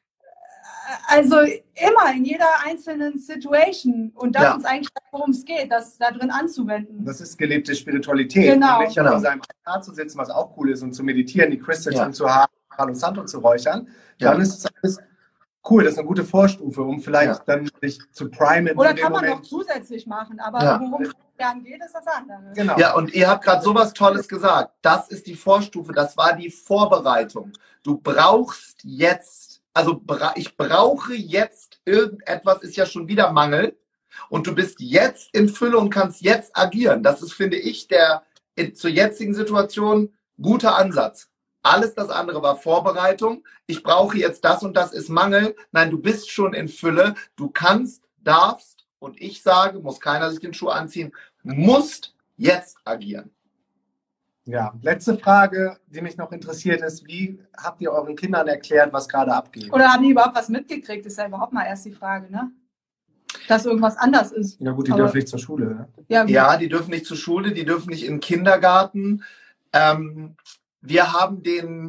Also immer in jeder einzelnen Situation. Und das ist eigentlich, worum es geht, das da drin anzuwenden. Das ist gelebte Spiritualität. Genau. Und nicht auf seinem Altar zu sitzen, was auch cool ist, und zu meditieren, die Crystals zu haben, Palo Santo zu räuchern. Dann ist es alles cool, das ist eine gute Vorstufe, um vielleicht dann sich zu primen. Oder kann man noch zusätzlich machen, aber worum es dann geht, ist das andere. Genau. Ja, und ihr habt gerade sowas Tolles gesagt. Das ist die Vorstufe, das war die Vorbereitung. Du brauchst jetzt, also ich brauche jetzt irgendetwas, ist ja schon wieder Mangel. Und du bist jetzt in Fülle und kannst jetzt agieren. Das ist, finde ich, zur jetzigen Situation guter Ansatz. Alles das andere war Vorbereitung. Ich brauche jetzt das und das ist Mangel. Nein, du bist schon in Fülle. Du kannst, darfst und ich sage, muss keiner sich den Schuh anziehen, musst jetzt agieren. Ja, letzte Frage, die mich noch interessiert ist, wie habt ihr euren Kindern erklärt, was gerade abgeht? Oder haben die überhaupt was mitgekriegt? Ist ja überhaupt mal erst die Frage, ne? Dass irgendwas anders ist. Ja gut, die dürfen nicht zur Schule. Ne? Ja, die dürfen nicht zur Schule, die dürfen nicht in den Kindergarten. Wir haben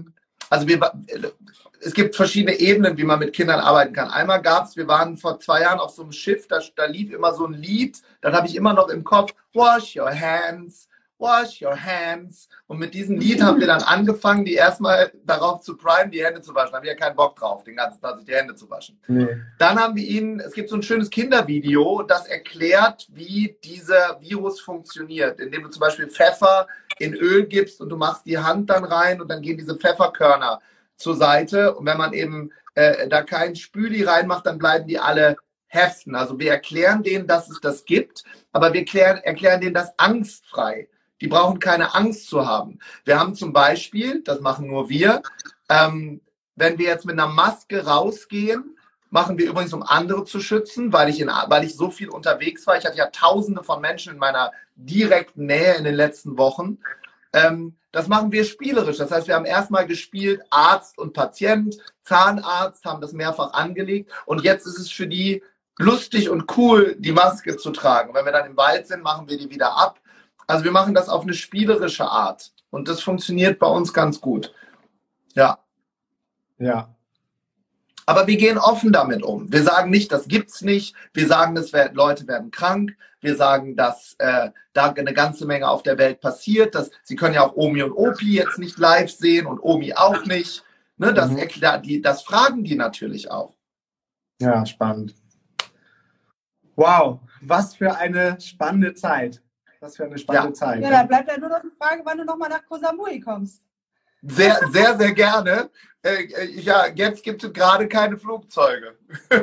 Also es gibt verschiedene Ebenen, wie man mit Kindern arbeiten kann. Einmal wir waren vor 2 Jahren auf so einem Schiff, da lief immer so ein Lied, das habe ich immer noch im Kopf, wash your hands. Wash your hands. Und mit diesem Lied haben wir dann angefangen, die erstmal darauf zu primen, die Hände zu waschen. Da habe ich ja keinen Bock drauf, den ganzen Tag sich die Hände zu waschen. Nee. Dann haben wir es gibt so ein schönes Kindervideo, das erklärt, wie dieser Virus funktioniert, indem du zum Beispiel Pfeffer in Öl gibst und du machst die Hand dann rein und dann gehen diese Pfefferkörner zur Seite. Und wenn man eben da kein Spüli reinmacht, dann bleiben die alle heften. Also wir erklären denen, dass es das gibt, aber wir erklären denen das angstfrei. Die brauchen keine Angst zu haben. Wir haben zum Beispiel, das machen nur wir, wenn wir jetzt mit einer Maske rausgehen, machen wir übrigens, um andere zu schützen, weil ich so viel unterwegs war. Ich hatte ja Tausende von Menschen in meiner direkten Nähe in den letzten Wochen. Das machen wir spielerisch. Das heißt, wir haben erstmal gespielt, Arzt und Patient, Zahnarzt, haben das mehrfach angelegt. Und jetzt ist es für die lustig und cool, die Maske zu tragen. Wenn wir dann im Wald sind, machen wir die wieder ab. Also wir machen das auf eine spielerische Art. Und das funktioniert bei uns ganz gut. Ja. Ja. Aber wir gehen offen damit um. Wir sagen nicht, das gibt's nicht. Wir sagen, Leute werden krank. Wir sagen, dass da eine ganze Menge auf der Welt passiert. Sie können ja auch Omi und Opi jetzt nicht live sehen und Omi auch nicht. Ne, das fragen die natürlich auch. Ja, spannend. Wow, was für eine spannende Zeit. Was für eine spannende Zeit. Ja, da bleibt ja nur noch die Frage, wann du nochmal nach Koh Samui kommst. Sehr, sehr, sehr gerne. Ja, jetzt gibt es gerade keine Flugzeuge.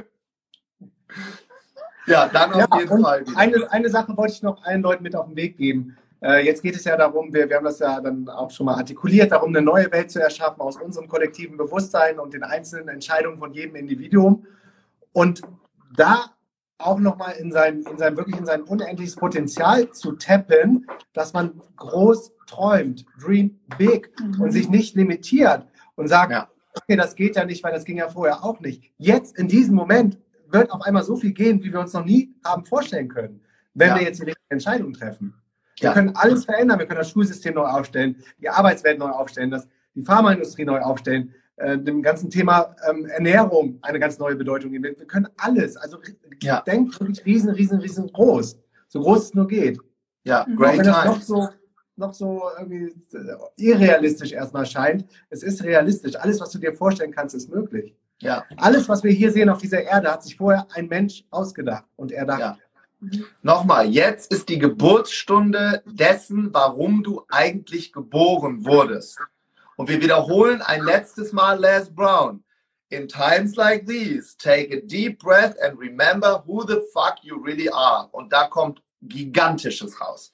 Ja, dann auf jeden Fall. Eine Sache wollte ich noch allen Leuten mit auf den Weg geben. Jetzt geht es ja darum, wir haben das ja dann auch schon mal artikuliert, darum eine neue Welt zu erschaffen aus unserem kollektiven Bewusstsein und den einzelnen Entscheidungen von jedem Individuum. Und da auch nochmal in sein unendliches Potenzial zu tappen, dass man groß träumt, dream big und sich nicht limitiert und sagt, okay, das geht ja nicht, weil das ging ja vorher auch nicht. Jetzt, in diesem Moment, wird auf einmal so viel gehen, wie wir uns noch nie haben vorstellen können, wenn wir jetzt die richtige Entscheidung treffen. Wir können alles verändern, wir können das Schulsystem neu aufstellen, die Arbeitswelt neu aufstellen, die Pharmaindustrie neu aufstellen, dem ganzen Thema Ernährung eine ganz neue Bedeutung geben. Wir können alles. Also denkt wirklich riesengroß. So groß es nur geht. Ja, great time. Wenn das noch so irgendwie irrealistisch erstmal scheint, es ist realistisch. Alles, was du dir vorstellen kannst, ist möglich. Ja. Alles, was wir hier sehen auf dieser Erde, hat sich vorher ein Mensch ausgedacht und erdacht. Ja. Nochmal, jetzt ist die Geburtsstunde dessen, warum du eigentlich geboren wurdest. Und wir wiederholen ein letztes Mal Les Brown. In times like these, take a deep breath and remember who the fuck you really are. Und da kommt Gigantisches raus.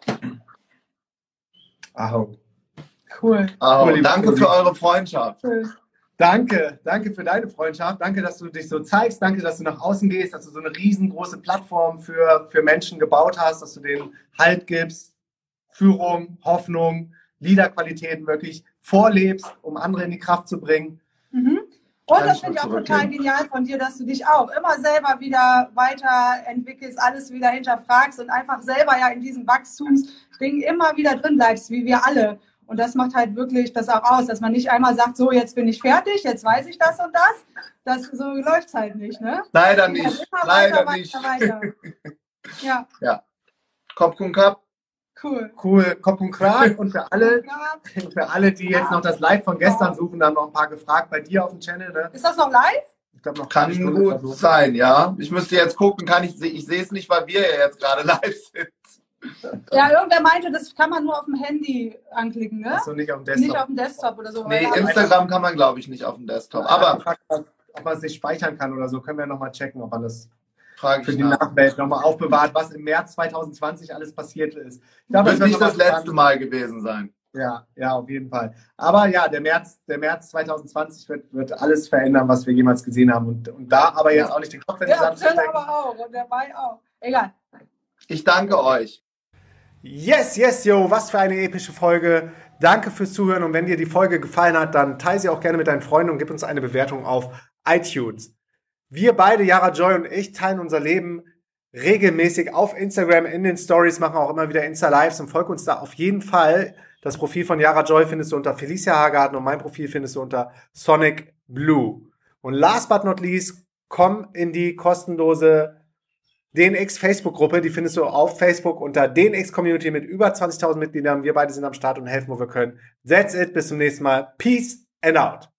Aho. Cool. Aho. Danke für eure Freundschaft. Cool. Danke für deine Freundschaft. Danke, dass du dich so zeigst. Danke, dass du nach außen gehst, dass du so eine riesengroße Plattform für Menschen gebaut hast, dass du denen Halt gibst, Führung, Hoffnung, Liederqualitäten wirklich vorlebst, um andere in die Kraft zu bringen. Mhm. Und das finde ich auch total genial von dir, dass du dich auch immer selber wieder weiterentwickelst, alles wieder hinterfragst und einfach selber ja in diesem Wachstumsding immer wieder drin bleibst, wie wir alle. Und das macht halt wirklich das auch aus, dass man nicht einmal sagt, so, jetzt bin ich fertig, jetzt weiß ich das und das. So läuft es halt nicht, ne? Leider nicht. Leider nicht. Weiter. Ja. Kopf und Cup. Cool. Kopf und Kragen. Und für alle, die jetzt noch das Live von gestern suchen, dann noch ein paar gefragt bei dir auf dem Channel. Ne? Ist das noch live? Ich glaube, noch kann gut sein, ja. Ich müsste jetzt gucken, ich sehe es nicht, weil wir ja jetzt gerade live sind. Ja, irgendwer meinte, das kann man nur auf dem Handy anklicken, ne? Achso, nicht auf dem Desktop. Nicht auf dem Desktop oder so. Nee, Instagram kann man, glaube ich, nicht auf dem Desktop. Aber ob man es nicht speichern kann oder so, können wir nochmal checken, ob man das für die Nachwelt nochmal aufbewahrt, was im März 2020 alles passiert ist. Ich glaube, das wird nicht das letzte Mal gewesen sein. Ja, auf jeden Fall. Aber ja, der März 2020 wird alles verändern, was wir jemals gesehen haben. Und da aber jetzt auch nicht den Kopf in den Sand stecken. Ja, aber auch. Und dabei auch. Egal. Ich danke euch. Yes, yo, was für eine epische Folge. Danke fürs Zuhören und wenn dir die Folge gefallen hat, dann teile sie auch gerne mit deinen Freunden und gib uns eine Bewertung auf iTunes. Wir beide, Yara Joy und ich, teilen unser Leben regelmäßig auf Instagram in den Stories, machen auch immer wieder Insta-Lives und folge uns da auf jeden Fall. Das Profil von Yara Joy findest du unter Felicia Hagarten und mein Profil findest du unter Sonic Blue. Und last but not least, komm in die kostenlose DNX Facebook-Gruppe. Die findest du auf Facebook unter DNX Community mit über 20.000 Mitgliedern. Wir beide sind am Start und helfen, wo wir können. That's it. Bis zum nächsten Mal. Peace and out.